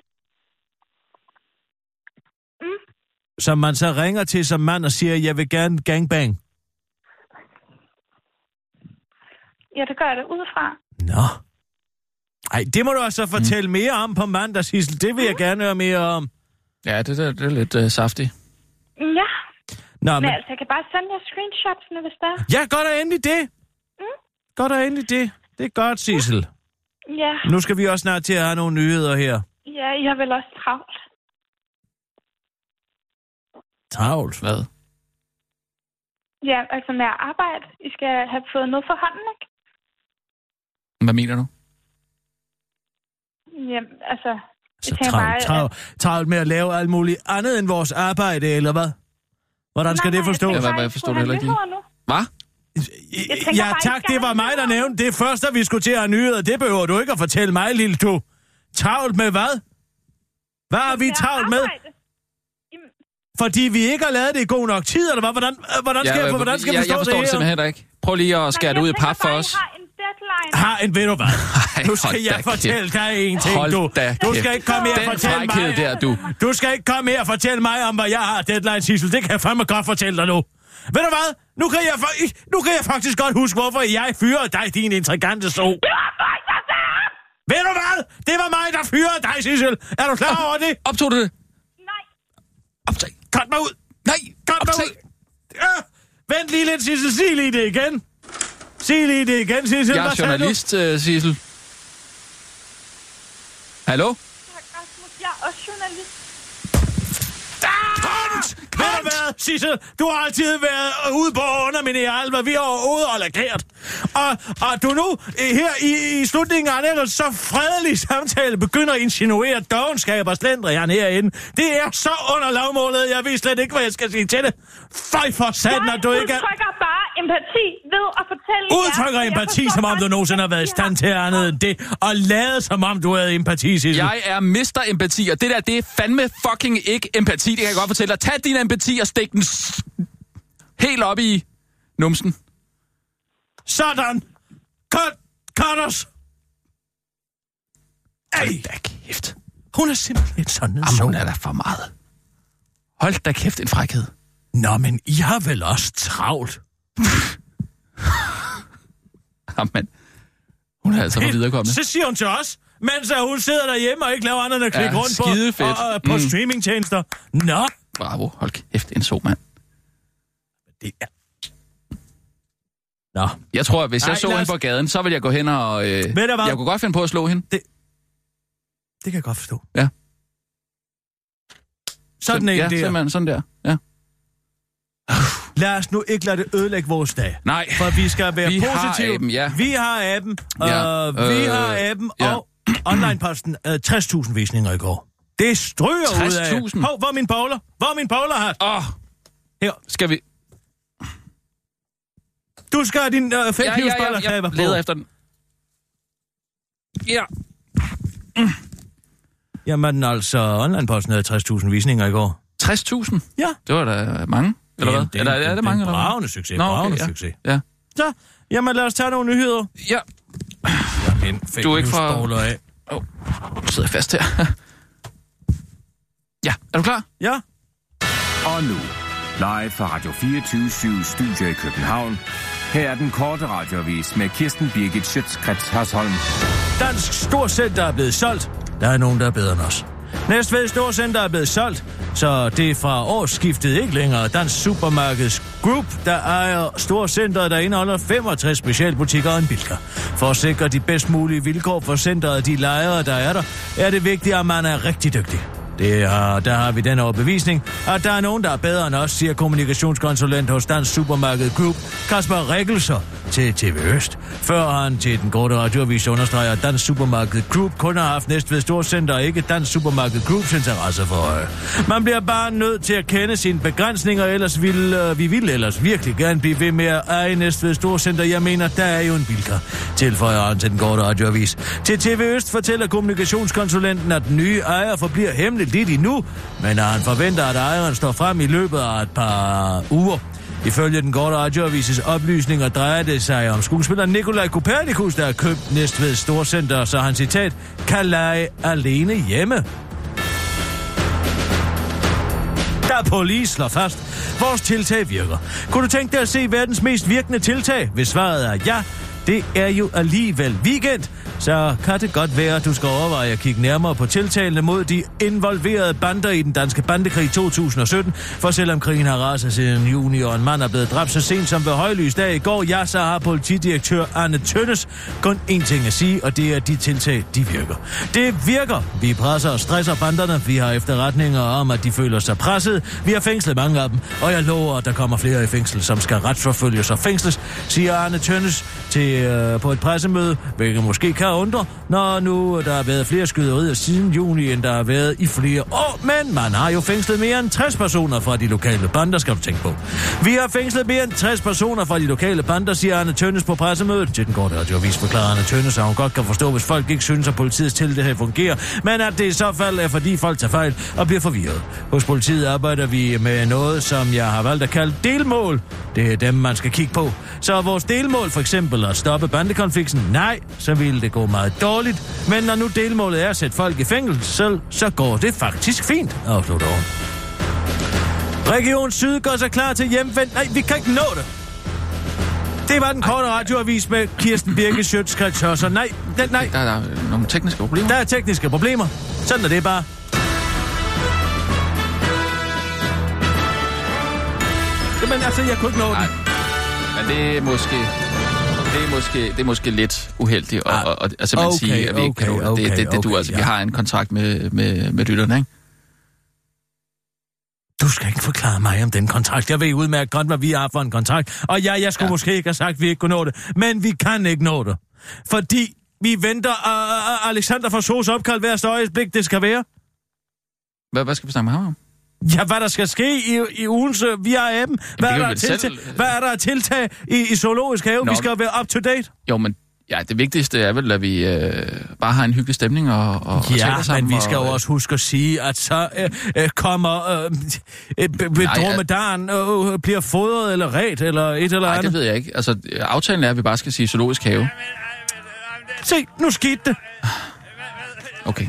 Som man så ringer til som mand og siger, jeg vil gerne gangbang? Ja, det gør jeg da udefra. Nå. Ej, det må du altså fortælle mere om på mandag, Sissel. Det vil jeg gerne høre mere om. Ja, det er lidt saftigt. Ja. Nå, men altså, jeg kan bare sende jer screenshotsene, hvis der. Ja, godt og endelig det. Godt og endelig det. Det er godt, Sissel. Ja. Nu skal vi også snart til at have nogle nyheder her. Ja, I har vel også travlt. Travlt? Hvad? Ja, altså med at arbejde. I skal have fået noget for hånden, ikke? Hvad mener du? Jamen, altså... Så travlt med at lave alt muligt andet end vores arbejde, eller hvad? Hvordan skal det forstås? Jeg forstår det heller ikke. Hvad? Ja, tak, det var mig, der nævnte det først, at vi skulle til at have nyheder. Det behøver du ikke at fortælle mig, lille du. Travlt med hvad? Hvad har vi travlt med? Fordi vi ikke har lavet det i god nok tid, eller hvad? Hvordan skal jeg forstå det her? Jeg forstår det simpelthen ikke. Prøv lige at skære det ud i pap for os. Ved du hvad? Nu skal jeg fortælle dig en ting, du. Du skal ikke komme her og fortælle mig... Der, du skal ikke komme her og fortælle mig om, hvad jeg har deadline, Sissel. Det kan jeg fandme godt fortælle dig nu. Ved du hvad? Nu kan jeg faktisk godt huske, hvorfor jeg fyrede dig, din intrigante so. Ved du hvad? Det var mig, der fyrede dig, Sissel. Er du klar over det? Optog du det? Nej. Optag. Cut mig ud. Nej, cut mig ud. Ja. Vent lige lidt, Sissel. Sig lige det igen. Sig lige det igen, Sissel. Jeg er journalist, Sissel. Hallo? Tak, Rasmus. Jeg er også journalist. Ved du hvad, Sissel? Du har altid været ude på at underminere alt, hvad vi har overhovedet og lageret. Og du nu, her i slutningen af en ellers så fredelig samtale, begynder at insinuere dovenskab og slendrian herinde. Det er så under lavmålet, jeg ved slet ikke, hvad jeg skal sige til det. Føj for satan, at du ikke er... Jeg udtrykker bare empati ved at fortælle udtrykker empati, som om du nogensinde har været i stand til andet end det, og lavet som om du havde empati, Sissel. Jeg er mister empati, og det der, det er fandme fucking ikke empati, det kan jeg godt fortælle dig. Tag din empati og stik den helt op i numsen. Sådan! Cut os! Hold da kæft. Hun er simpelthen sådan en hun er da for meget. Hold da kæft, en frækhed. Nå, men I har vel også travlt? Jamen, hun er altså for viderekommende. Så siger hun til os, mens hun sidder derhjemme og ikke laver andet end at klikke rundt på streamingtjenester. Nå. Bravo, hold kæft, en så mand. Det er... Nå. Jeg tror, at hvis jeg så hende på gaden, så ville jeg gå hen og... jeg kunne godt finde på at slå hende. Det kan jeg godt forstå. Ja. Sådan en der. Ja, simpelthen sådan der. Ja. Lad os nu ikke lade det ødelægge vores dag. Nej. For vi skal være positive. Aben, ja. Vi har appen. Vi har appen, og onlineposten 60.000 visninger i går. Det stryger ud af... 60.000? Hov, hvor er min bowler? Hvor er min bowlerhat? Her. Skal vi... Du skal have din fake-news-boller. Jeg leder efter den. Ja. Jamen altså, onlineposten havde 60.000 visninger i går. 60.000? Ja. Det var da mange, eller hvad? Er det mange, eller hvad? Bravende succes, succes. Ja. Så, jamen lad os tage nogle nyheder. Ja. Du er ikke fra... af. Nu sidder jeg fast her. Ja, er du klar? Ja. Og nu, live fra Radio 24/7 Studio i København. Her er den korte radioavis med Kirsten Birgit Schøtz-Krets Hasholm. Dansk Storcenter er blevet solgt. Der er nogen, der er bedre end os. Næstved Storcenter er blevet solgt, så det er fra årsskiftet ikke længere Dansk Supermarkeds Group, der ejer Storcenteret, der indeholder 65 specialbutikker og en Bilka. For at sikre de bedst mulige vilkår for centeret og de lejere, der er der, er det vigtigt, at man er rigtig dygtig. Der har vi den overbevisning, at der er nogen, der er bedre end os, siger kommunikationskonsulent hos Dansk Supermarked Group, Kasper Rekkelser, til TV Øst. Før han til den korte radioavis understreger, at Dansk Supermarked Group kun har haft Næstved Storcenter og ikke Dansk Supermarked Groups interesse for øje. Man bliver bare nødt til at kende sine begrænsninger, ellers vi vil ellers virkelig gerne blive ved med at eje Næstved Storcenter. Jeg mener, der er jo en Bilka, tilføjer han til den korte radioavis. Til TV Øst fortæller kommunikationskonsulenten, at den nye ejer forbliver hemmelig lidt endnu, men at han forventer, at ejeren står frem i løbet af et par uger. Ifølge den korte radioavises oplysninger drejer det sig om skuespilleren Nikolaj Kopernikus, der har købt Næstved Storcenter, så han citat, kan lege alene hjemme. Der police slår fast, vores tiltag virker. Kunne du tænke dig at se verdens mest virkende tiltag? Hvis svaret er ja, det er jo alligevel weekend, så kan det godt være, at du skal overveje at kigge nærmere på tiltalene mod de involverede bander i den danske bandekrig 2017. For selvom krigen har raset siden juni, og en mand er blevet dræbt så sent som ved højlys dag i går, ja, så har politidirektør Arne Tønnes kun én ting at sige, og det er, at de tiltag, de virker. Det virker. Vi presser og stresser banderne. Vi har efterretninger om, at de føler sig presset. Vi har fængslet mange af dem, og jeg lover, at der kommer flere i fængsel, som skal retsforfølges og fængsles, siger Arne Tønnes på et pressemøde, hvilket måske kan undre, når nu der har været flere skyderier siden juni, end der har været i flere år. Men man har jo fængslet mere end 60 personer fra de lokale bander, skal du tænke på. Vi har fængslet mere end 60 personer fra de lokale bander, siger Arne Tønnes på pressemødet. Til den korte radioavis forklarer Arne Tønnes, at hun godt kan forstå, hvis folk ikke synes, at politiets tiltag fungerer, men at det i så fald er, fordi folk tager fejl og bliver forvirret. Hos politiet arbejder vi med noget, som jeg har valgt at kalde delmål. Det er dem, man skal kigge på. Så vores delmål, for eksempel at stoppe bandekonflikten, nej, så ville det gå meget dårligt. Men når nu delmålet er at sætte folk i fængsel, så går det faktisk fint, afslutter hun. Region Syd gør sig klar til hjemvendt. Nej, vi kan ikke nå det. Det var den korte radioavis med Kirsten Birgit Schøtz-Krets Hasholm. Nej. Der er nogle tekniske problemer. Der er tekniske problemer. Sådan er det bare. Jamen altså, jeg kunne ikke nå den. Men det er måske lidt uheldigt at simpelthen sige, at vi ikke kan nå det. Det du altså. Ja. Vi har en kontrakt med lytterne, ikke? Du skal ikke forklare mig om den kontrakt. Jeg ved udmærket godt, hvad vi har for en kontrakt. Og ja, jeg skulle måske ikke have sagt, at vi ikke kunne nå det. Men vi kan ikke nå det. Fordi vi venter Alexander fra SOS opkald hver øjeblik, det skal være. Hvad skal vi snakke med ham om? Ja, hvad der skal ske i ugens via appen. Hvad er der tiltag i zoologisk have? Vi skal være up to date. Jo, men ja, det vigtigste er vel, at vi bare har en hyggelig stemning og taler sammen. Men vi skal jo også huske at sige, at så kommer dromedaren bliver fodret eller ret eller et eller andet. Nej, det ved jeg ikke. Altså, aftalen er, at vi bare skal sige zoologisk have. Se, nu skete det. Okay.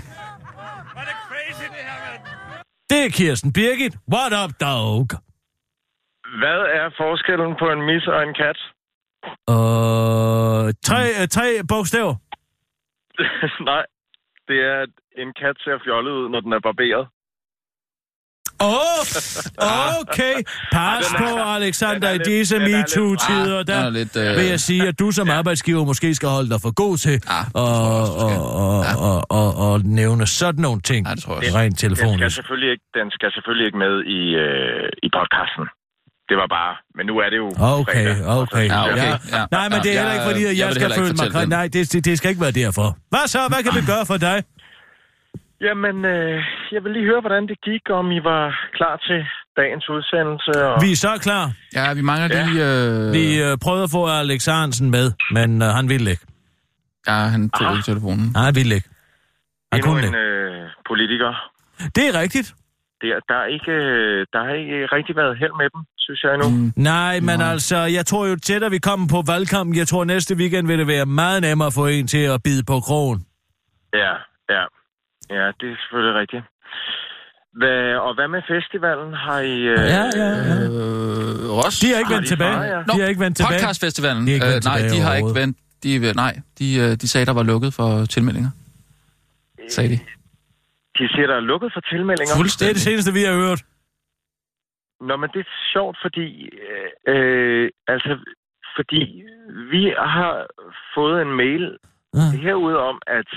Det er Kirsten Birgit. What up, dog? Hvad er forskellen på en mis og en kat? Tre bogstaver. Nej, det er, at en kat ser fjollet ud, når den er barberet. Okay. Pas på, Alexander, i disse MeToo-tider, der vil jeg sige, at du som arbejdsgiver måske skal holde dig for god til og nævne sådan nogle ting. Ja, det tror jeg. Rent telefonisk. Den skal selvfølgelig ikke med i podcasten. Det var bare, men nu er det jo... Okay. Ja. Nej, men det er heller ikke fordi, at jeg skal føle mig... Nej, det skal ikke være derfor. Hvad så? Hvad kan vi gøre for dig? Jamen, jeg vil lige høre, hvordan det gik, om I var klar til dagens udsendelse. Og... Vi er så klar. Ja, vi mangler lige... Vi prøvede at få Alex Arensen med, men han ville ikke. Ja, han tog ikke telefonen. Nej, han ville ikke. Han kunne en politiker. Det er rigtigt. Der har ikke rigtig været held med dem, synes jeg nu. Nej, men altså, jeg tror jo tættere vi kommer på valgkampen. Jeg tror næste weekend vil det være meget nemmere at få en til at bide på krogen. Ja, det er selvfølgelig rigtigt. Hvad med festivalen? Har I... Ross? De har ikke vendt tilbage. Podcastfestivalen? Nej, de har ikke vendt. De sagde, der var lukket for tilmeldinger. Sagde de. De siger, der er lukket for tilmeldinger? Det er det seneste, vi har hørt. Nå, men det er sjovt, fordi... fordi vi har fået en mail herude om, at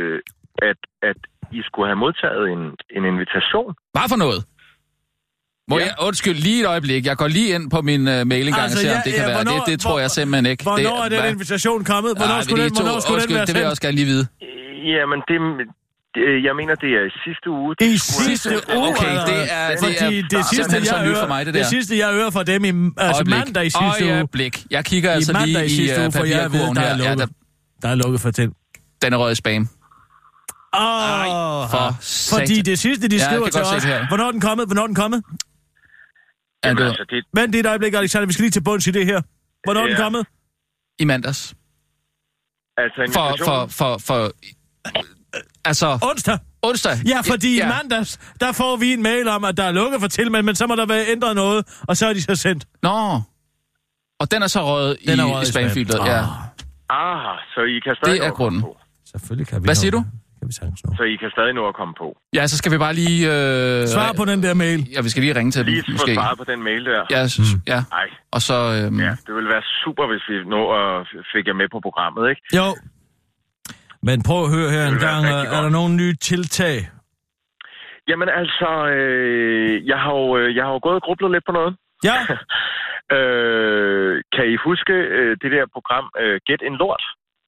I skulle have modtaget en invitation. Hvad for noget? Undskyld, lige et øjeblik. Jeg går lige ind på min mail engang og ser, om det kan være. Det tror jeg simpelthen ikke. Hvornår er den invitation kommet? Hvornår skulle den være sendt? Det vil jeg også gerne lige vide. Jamen, jeg mener, det er i sidste uge. I sidste uge? Okay, det sidste, jeg hører fra dem i mandag i sidste uge. Øjeblik. Jeg kigger altså lige i papirkurven her. Der er lukket for til. Den er røget i spam. Fordi det sidste, de skriver til os. Hvornår er den kommet? Vent et øjeblik, Alexander. Vi skal lige til bunds i det her. Hvornår er den kommet? I mandags. Altså onsdag. Ja, fordi i mandags, der får vi en mail om, at der er lukket for tilmelding, men så må der være ændret noget, og så er de så sendt. Nå. Og den er så røget i spamfilteret. Ja. Så I kan stadig det er grunden. Selvfølgelig kan vi. Hvad siger du? Så I kan stadig nå at komme på. Ja, så skal vi bare lige... Svar på den der mail. Ja, vi skal lige ringe til dem, måske. Lige få svaret på den mail der. Ja, jeg synes, ja. Ej. Og så... Ja, det ville være super, hvis vi fik jer med på programmet, ikke? Jo. Men prøv at høre her en gang. Er der nogle nye tiltag? Jamen altså, jeg har jo gået og grublet lidt på noget. Ja. Kan I huske det der program Gæt en lort?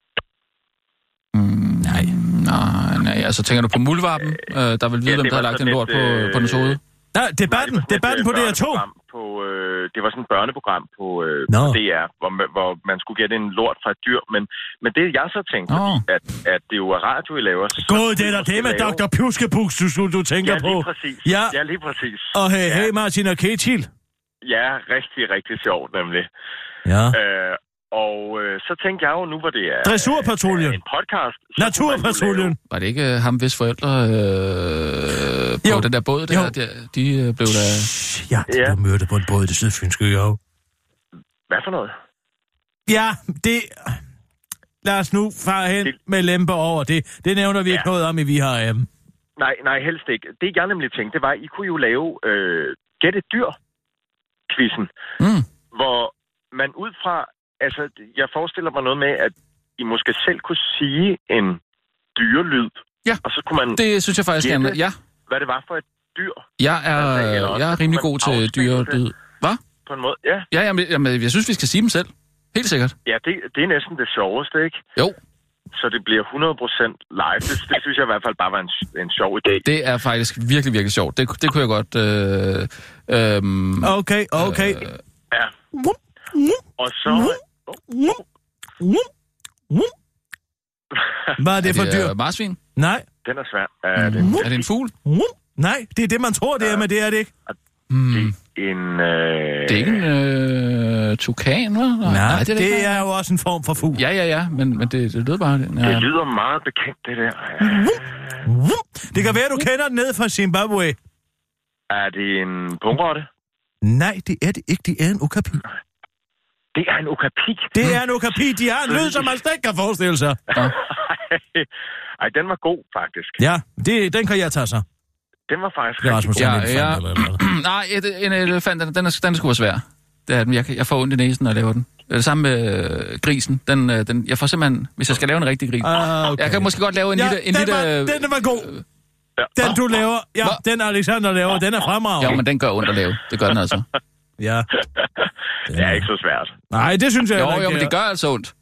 Nej, altså tænker du på Muldvarpen, der vil vide, hvem der har lagt en lort på den hoved? Nej, debatten på DR2. Det var sådan et børneprogram på DR, hvor man skulle gætte en lort fra et dyr. Men det jeg så tænkte, at det jo er radio, I laver. God, det er det med Dr. Pjuskebus, du tænker på. Præcis. Ja, lige præcis. Og hey Martin og Ketil. Ja, rigtig, rigtig sjovt nemlig. Ja. Og så tænkte jeg jo nu, hvor det er... Dressurpatruljen. En podcast. Naturpatruljen. Var det ikke ham, hvis forældre på den der båd der? De blev der... Ja, de blev myrdet på en båd i det sydfynske øer. Hvad for noget? Ja, det... Lad os nu fare hen med lempe over det. Det nævner vi ikke noget om i Vi har AM. Nej, helst ikke. Det jeg nemlig tænkte, det var, I kunne jo lave Gæt et dyr-quizzen. Hvor man ud fra... Altså, jeg forestiller mig noget med, at I måske selv kunne sige en dyrelyd. Ja, og så kunne man det synes jeg faktisk gerne. Ja. Hvad det var for et dyr. Jeg er rimelig god til dyrelyd. Hvad? På en måde, ja. Jamen, jeg synes, vi skal sige dem selv. Helt sikkert. Ja, det er næsten det sjoveste, ikke? Jo. Så det bliver 100% live. Det synes jeg i hvert fald bare var en sjov idé. Det er faktisk virkelig, virkelig sjovt. Det kunne jeg godt... Okay. Ja. Og så... Hvad er det for dyr? Marsvin? Nej. Den er svær. Er det en fugl? Nej, det er det, man tror, det er, men det er det ikke. Det er ikke en tukan, hva'? Nej, det er jo også en form for fugl. Ja, men det lyder bare... Det lyder meget bekendt, det der. Det kan være, du kender den ned fra Zimbabwe. Er det en pungrotte? Nej, det er det ikke. Det er en okapi. Det er en okapi. Det er en okapi. De har en lyd, som man slet ikke kan forestille sig. Ej, den var god, faktisk. Ja, den kan jeg tage sig. Den var faktisk rigtig god. Nej, en elefant, den er sgu svær. Det er den. Jeg får ondt i næsen, når jeg laver den. Det samme med grisen. Jeg får simpelthen... Hvis jeg skal lave en rigtig gris. Okay. Jeg kan måske godt lave en lille... Den var god. Den du laver, den Alexander laver, den er fremragende. Ja, men den gør ondt at lave. Det gør den altså. Ja. Det er ikke så svært. Nej, det synes jeg ikke. Jo, men det gør altså ondt.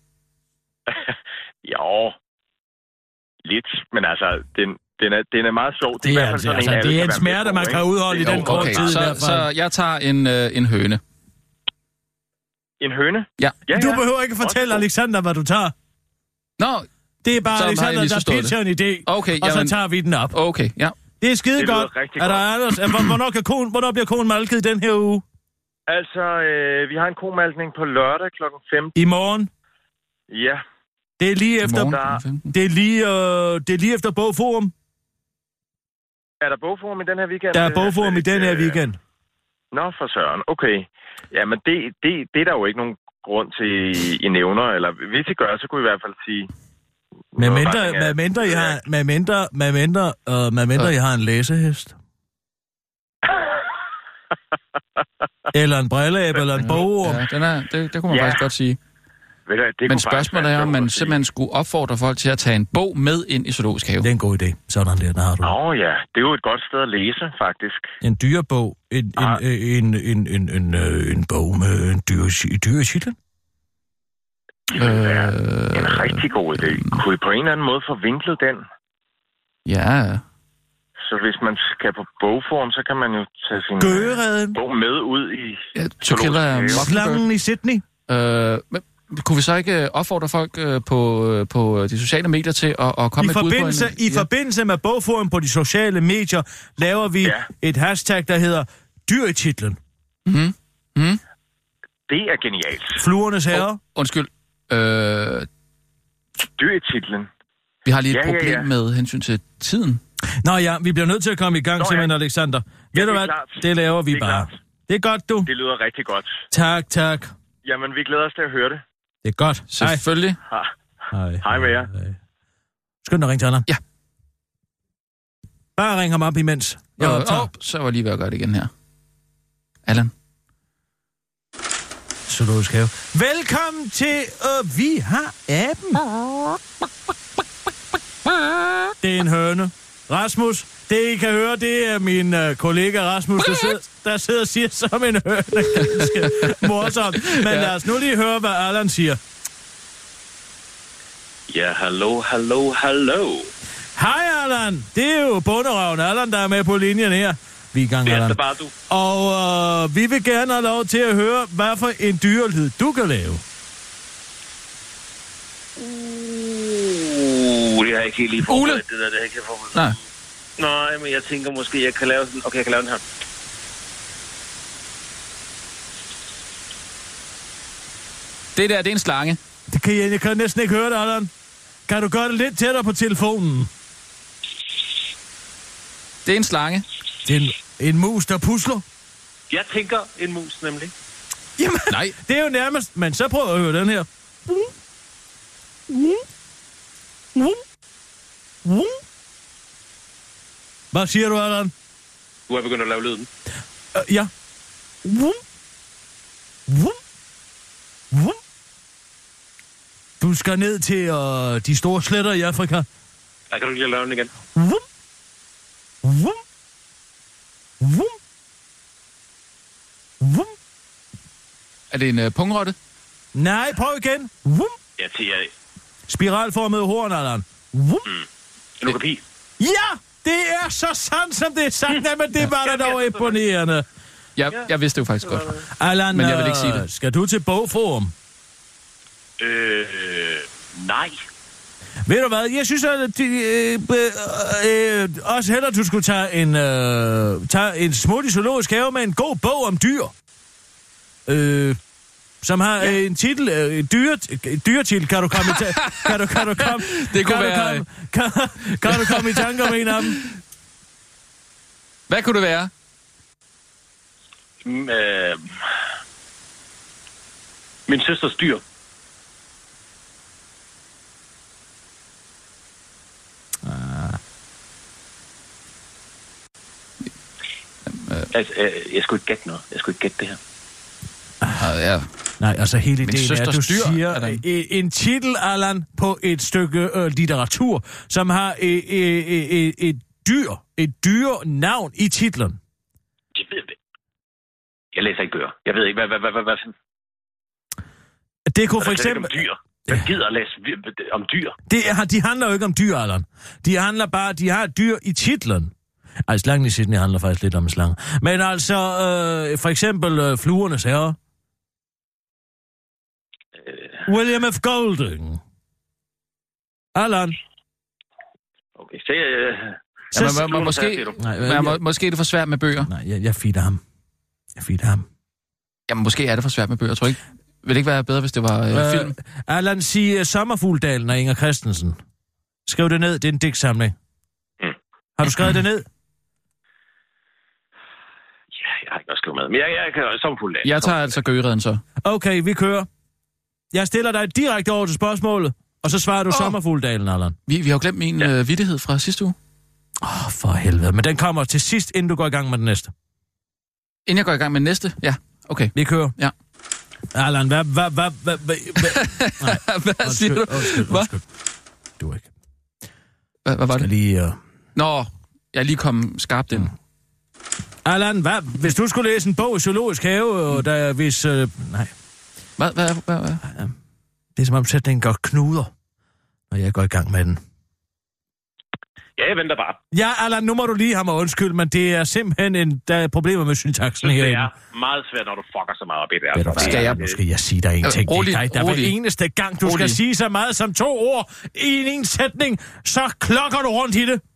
Jo. Lidt, men altså, den er meget sjov. Det er en smerte, man kan udholde i den korte tid. Så jeg tager en høne. En høne? Ja. Du behøver ikke fortælle Alexander, hvad du tager. Nå. Det er bare Alexander, der pitcher en idé, og så tager vi den op. Okay, ja. Det er skide godt. Er der Anders? Hvornår bliver konen malket den her uge? Altså, vi har en komalkning på lørdag kl. 15. I morgen? Ja. Det er lige efter... Det er lige efter Bogforum. Er der Bogforum i den her weekend? Der er Bogforum i den her weekend. Nå, for søren. Okay. Ja, men det er der jo ikke nogen grund til, I nævner. Eller hvis I gør, så kunne I i hvert fald sige... Medmindre jeg har en læsehest. Eller en brilleæb, eller en bogorm. Ja, det kunne man faktisk godt sige. Men spørgsmålet er, om man simpelthen skulle opfordre folk til at tage en bog med ind i zoologisk have. Det er en god idé. Sådan der, der har du. Ja. Det er jo et godt sted at læse, faktisk. En dyrebog. En bog med en dyretitlen. En rigtig god idé. Kunne I på en eller anden måde forvinkle den? Ja. Så hvis man skal på bogform, så kan man jo tage sin bog med ud i... Slangen i Sydney. Kunne vi så ikke opfordre folk på de sociale medier til at komme med et bud på en... I forbindelse med bogforum på de sociale medier, laver vi et hashtag, der hedder dyretitlen. Det er genialt. Fluernes herre. Undskyld. Dyretitlen. Vi har lige et problem med hensyn til tiden. Nå ja, vi bliver nødt til at komme i gang, simpelthen, Alexander. Ved du hvad? Det laver vi bare. Det er godt, du. Det lyder rigtig godt. Tak. Jamen, vi glæder os til at høre det. Det er godt. Selvfølgelig. Hej med jer. Skynd dig at ringe til Anna. Ja. Bare ring ham op imens. Så var jeg lige ved at gøre det igen her. Allan. Zoologisk have. Velkommen til, vi har aben. Det er en høne. Rasmus, det I kan høre, det er min kollega Rasmus, der sidder og siger som en høne. Ganske morsomt. Men lad os nu lige høre, hvad Allan siger. Ja, hallo. Hej Allan, det er jo bunderøven Allan, der er med på linjen her. Vi er i gang, Allan. Det er bare du. Og vi vil gerne have lov til at høre, hvad for en dyrelyd du kan lave. Det har jeg ikke helt lige forberedt. Det har jeg ikke forberedt. Nej, men jeg tænker måske, jeg kan lave den. Okay, jeg kan lave den her. Det der, det er en slange. Jeg kan næsten ikke høre det, Allan. Kan du gøre det lidt tættere på telefonen? Det er en slange. Det er en mus, der pusler. Jeg tænker en mus, nemlig. Jamen, nej. Det er jo nærmest... Men så prøv at høre den her. Hvad siger du, Allan? Du er begyndt at lave lyden. Ja. Du skal ned til de store sletter i Afrika. Ja, kan du lige lave den igen? Er det en pungrotte? Nej, prøv igen. Ja, til jeg... Spiralformet horn, Allan. En okapi. Ja, det er så sandt, som det er sagt, men det var da dog imponerende. Jeg vidste det jo faktisk godt. Allan, men jeg vil ikke sige det. Skal du til bogforum? Nej. Ved du hvad, jeg synes, at også hellere, du skulle tage en smut i zoologisk have med en god bog om dyr. Som har en titel, en dyretitel. Kan du komme i kan du komme i tanke om en af dem? Hvad kunne det være? Min søsters dyr. Jeg skulle ikke gætte noget. Jeg skulle ikke gætte det her. Ja. Nej, altså hele ideen er, at du siger en titel, Allan, på et stykke litteratur, som har et dyrnavn i titlen. Jeg læser ikke bøger. Jeg ved ikke, hvad det kunne for eksempel... om dyr. Jeg gider at læse om dyr. De handler jo ikke om dyr, Allan. De handler bare, de har dyr i titlen. Ej, slangen i Sydney handler faktisk lidt om en slange. Men altså, for eksempel Fluernes Herre. William F. Golding. Allan. Okay, måske er det for svært med bøger. Nej, jeg feeder ham. Jamen, måske er det for svært med bøger, tror jeg ikke. Vil det ikke være bedre, hvis det var film? Allan, sig Sommerfugldalen af Inger Christensen. Skriv det ned, det er en digtsamling. Har du skrevet det ned? Ja, jeg har ikke noget skrevet med. Men jeg kan Sommerfugldalen. Jeg tager altså Gøgeredden så. Okay, vi kører. Jeg stiller dig direkte over til spørgsmålet, og så svarer du Sommerfugldalen, Allan. Vi har jo glemt min vittighed fra sidste uge. For helvede. Men den kommer til sidst, inden du går i gang med den næste. Inden jeg går i gang med den næste? Ja, okay. Vi kører. Ja. Allan, hvad? Nej. Hvad siger du? Undskyld. Du ikke. Hvad var det? Lige, Nå, jeg er lige kommet skarpt ind. Allan, hvad? Hvis du skulle læse en bog i Zoologisk Have, der hvis... nej. Hvad? Det er som om sætningen går knuder, når jeg går i gang med den. Ja, jeg venter bare. Ja, Allan, nu må du lige have mig undskyld, men det er simpelthen der er problemer med syntaksen herinde. Det er meget svært, når du fucker så meget op i det. Skal jeg måske sige dig en ting? Rolig. Der er hver eneste gang, du skal sige så meget som 2 ord i en sætning, så klokker du rundt i det.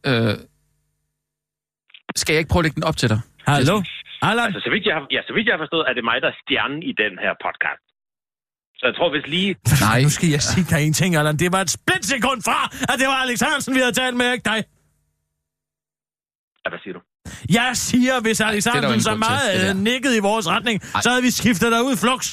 Skal jeg ikke prøve at lægge den op til dig? Hallo? Allan? Altså, så vidt jeg har forstået, er det mig, der er stjernen i den her podcast. Så jeg tror, hvis lige... Nej. Nu skal jeg sige dig en ting, Allan. Det var et splitsekund fra, at det var Alex Hansen, vi havde talt med, ikke dig? Ja, hvad siger du? Jeg siger, hvis Alex Hansen så meget nikket i vores retning, så havde vi skiftet dig ud flux.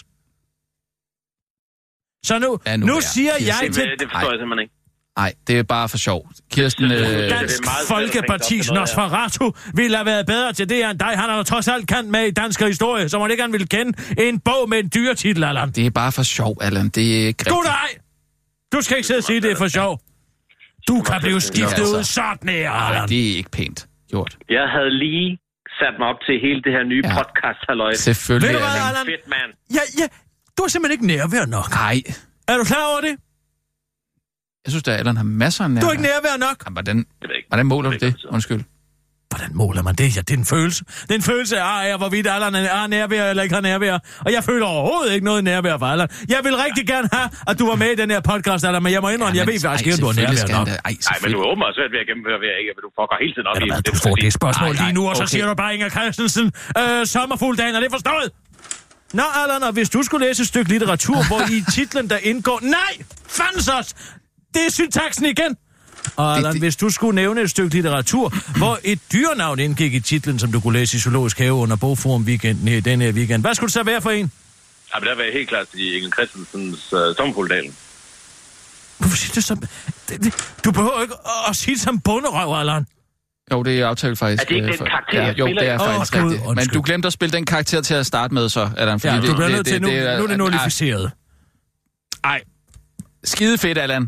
Så nu siger jeg til... Det forstår jeg simpelthen ikke. Nej, det er bare for sjov. Kirsten... Dansk Folkepartis Nosferatu ville have været bedre til det end dig. Han har trods alt kendt med i dansk historie, som han ikke ville kende en bog med en dyretitel, Allan. Det er bare for sjov, Allan. Det er ikke rigtigt. Nej! Du skal ikke sidde og sige, det er for sjov. Du kan blive skiftet ud sådan her, Allan. Nej, det er ikke pænt gjort. Jeg havde lige sat mig op til hele det her nye podcast-halløj. Selvfølgelig, Ved du hvad, Allan? Fedt, mand. Ja, du er simpelthen ikke nærvær nok. Nej. Er du klar over det? Jeg synes, at Allan har masser af nærvær. Du er ikke nærvær nok. Jamen, hvordan måler du det? Undskyld. Hvordan måler man det? Ja, det er en følelse. Det er en følelse af, hvorvidt Allan er nærvær eller ikke har nærvær. Og jeg føler overhovedet ikke noget nærvær for Allan. Jeg vil rigtig gerne have, at du var med i den her podcast, Allan, men jeg må indrømme, jeg ved faktisk ikke, at du har nærvær nok. Nej, men du er åbenbart svært ved at gennemføre ved ikke, at du fucker hele tiden op i det. Du får det spørgsmål lige nu, og så siger du bare Inger Christensen, Sommerfugldagen, er det forstået? Nå, Allan, og hvis du skulle læse et stykke litteratur, hvor i titlen der indgår... Nej! Fandens os! Det er syntaksen igen! Og Allan, hvis du skulle nævne et stykke litteratur, hvor et dyrnavn indgik i titlen, som du kunne læse i Zoologisk Have under Bogforum weekenden i den her weekend, hvad skulle det så være for en? Jamen, der var jeg helt klart i Inger Christensens Sommerfugldalen. Hvorfor siger du så... Du behøver ikke at sige det som bunderøv, Allan. Jo, det er aftalt faktisk. Er det ikke den karakter, jo, det er faktisk rigtigt. Men du glemte at spille den karakter til at starte med, så, Allan. Ja, du bliver nødt til, nu er det nullificeret. Ej, skide fedt, Allan.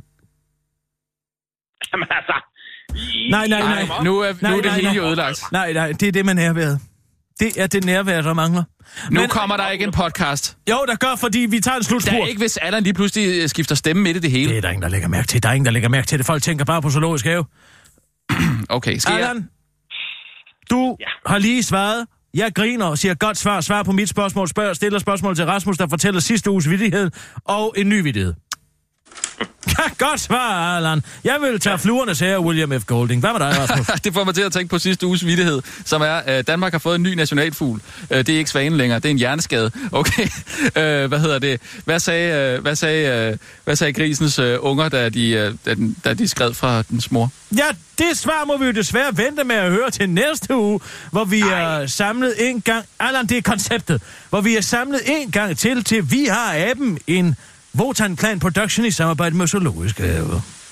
Jamen altså... Nej. Nu er det hele ødelagt. Nej, det er det med nærværet. Det er det nærvær, der mangler. Nu kommer der ikke en podcast. Jo, der gør, fordi vi tager en slutspurt. Det er ikke, hvis Allan lige pludselig skifter stemme midt i det hele. Det er der ingen, der lægger mærke til. Der er ingen, der lægger mærke til det. Folk tænker bare på Zoologisk Have. Okay, skal Allan, du har lige svaret. Jeg griner og siger godt svar. Svar på mit spørgsmål. Stiller spørgsmål til Rasmus, der fortæller sidste uges vittighed og en ny vittighed. Ja, godt svar, Allan. Jeg vil tage fluernes herre, William F. Golding. Hvad med dig, Rasmus? Det får mig til at tænke på sidste uges vittighed, som er, Danmark har fået en ny nationalfugl. Det er ikke svanen længere, det er en hjerneskade. Okay, hvad hedder det? Hvad sagde grisens unger, da de skred fra dens mor? Ja, det svar må vi jo desværre vente med at høre til næste uge, hvor vi er samlet en gang... Allan, det er konceptet. Hvor vi er samlet en gang til Vi har aben, en Wotan Clan Production i samarbejde med Zoologisk Have.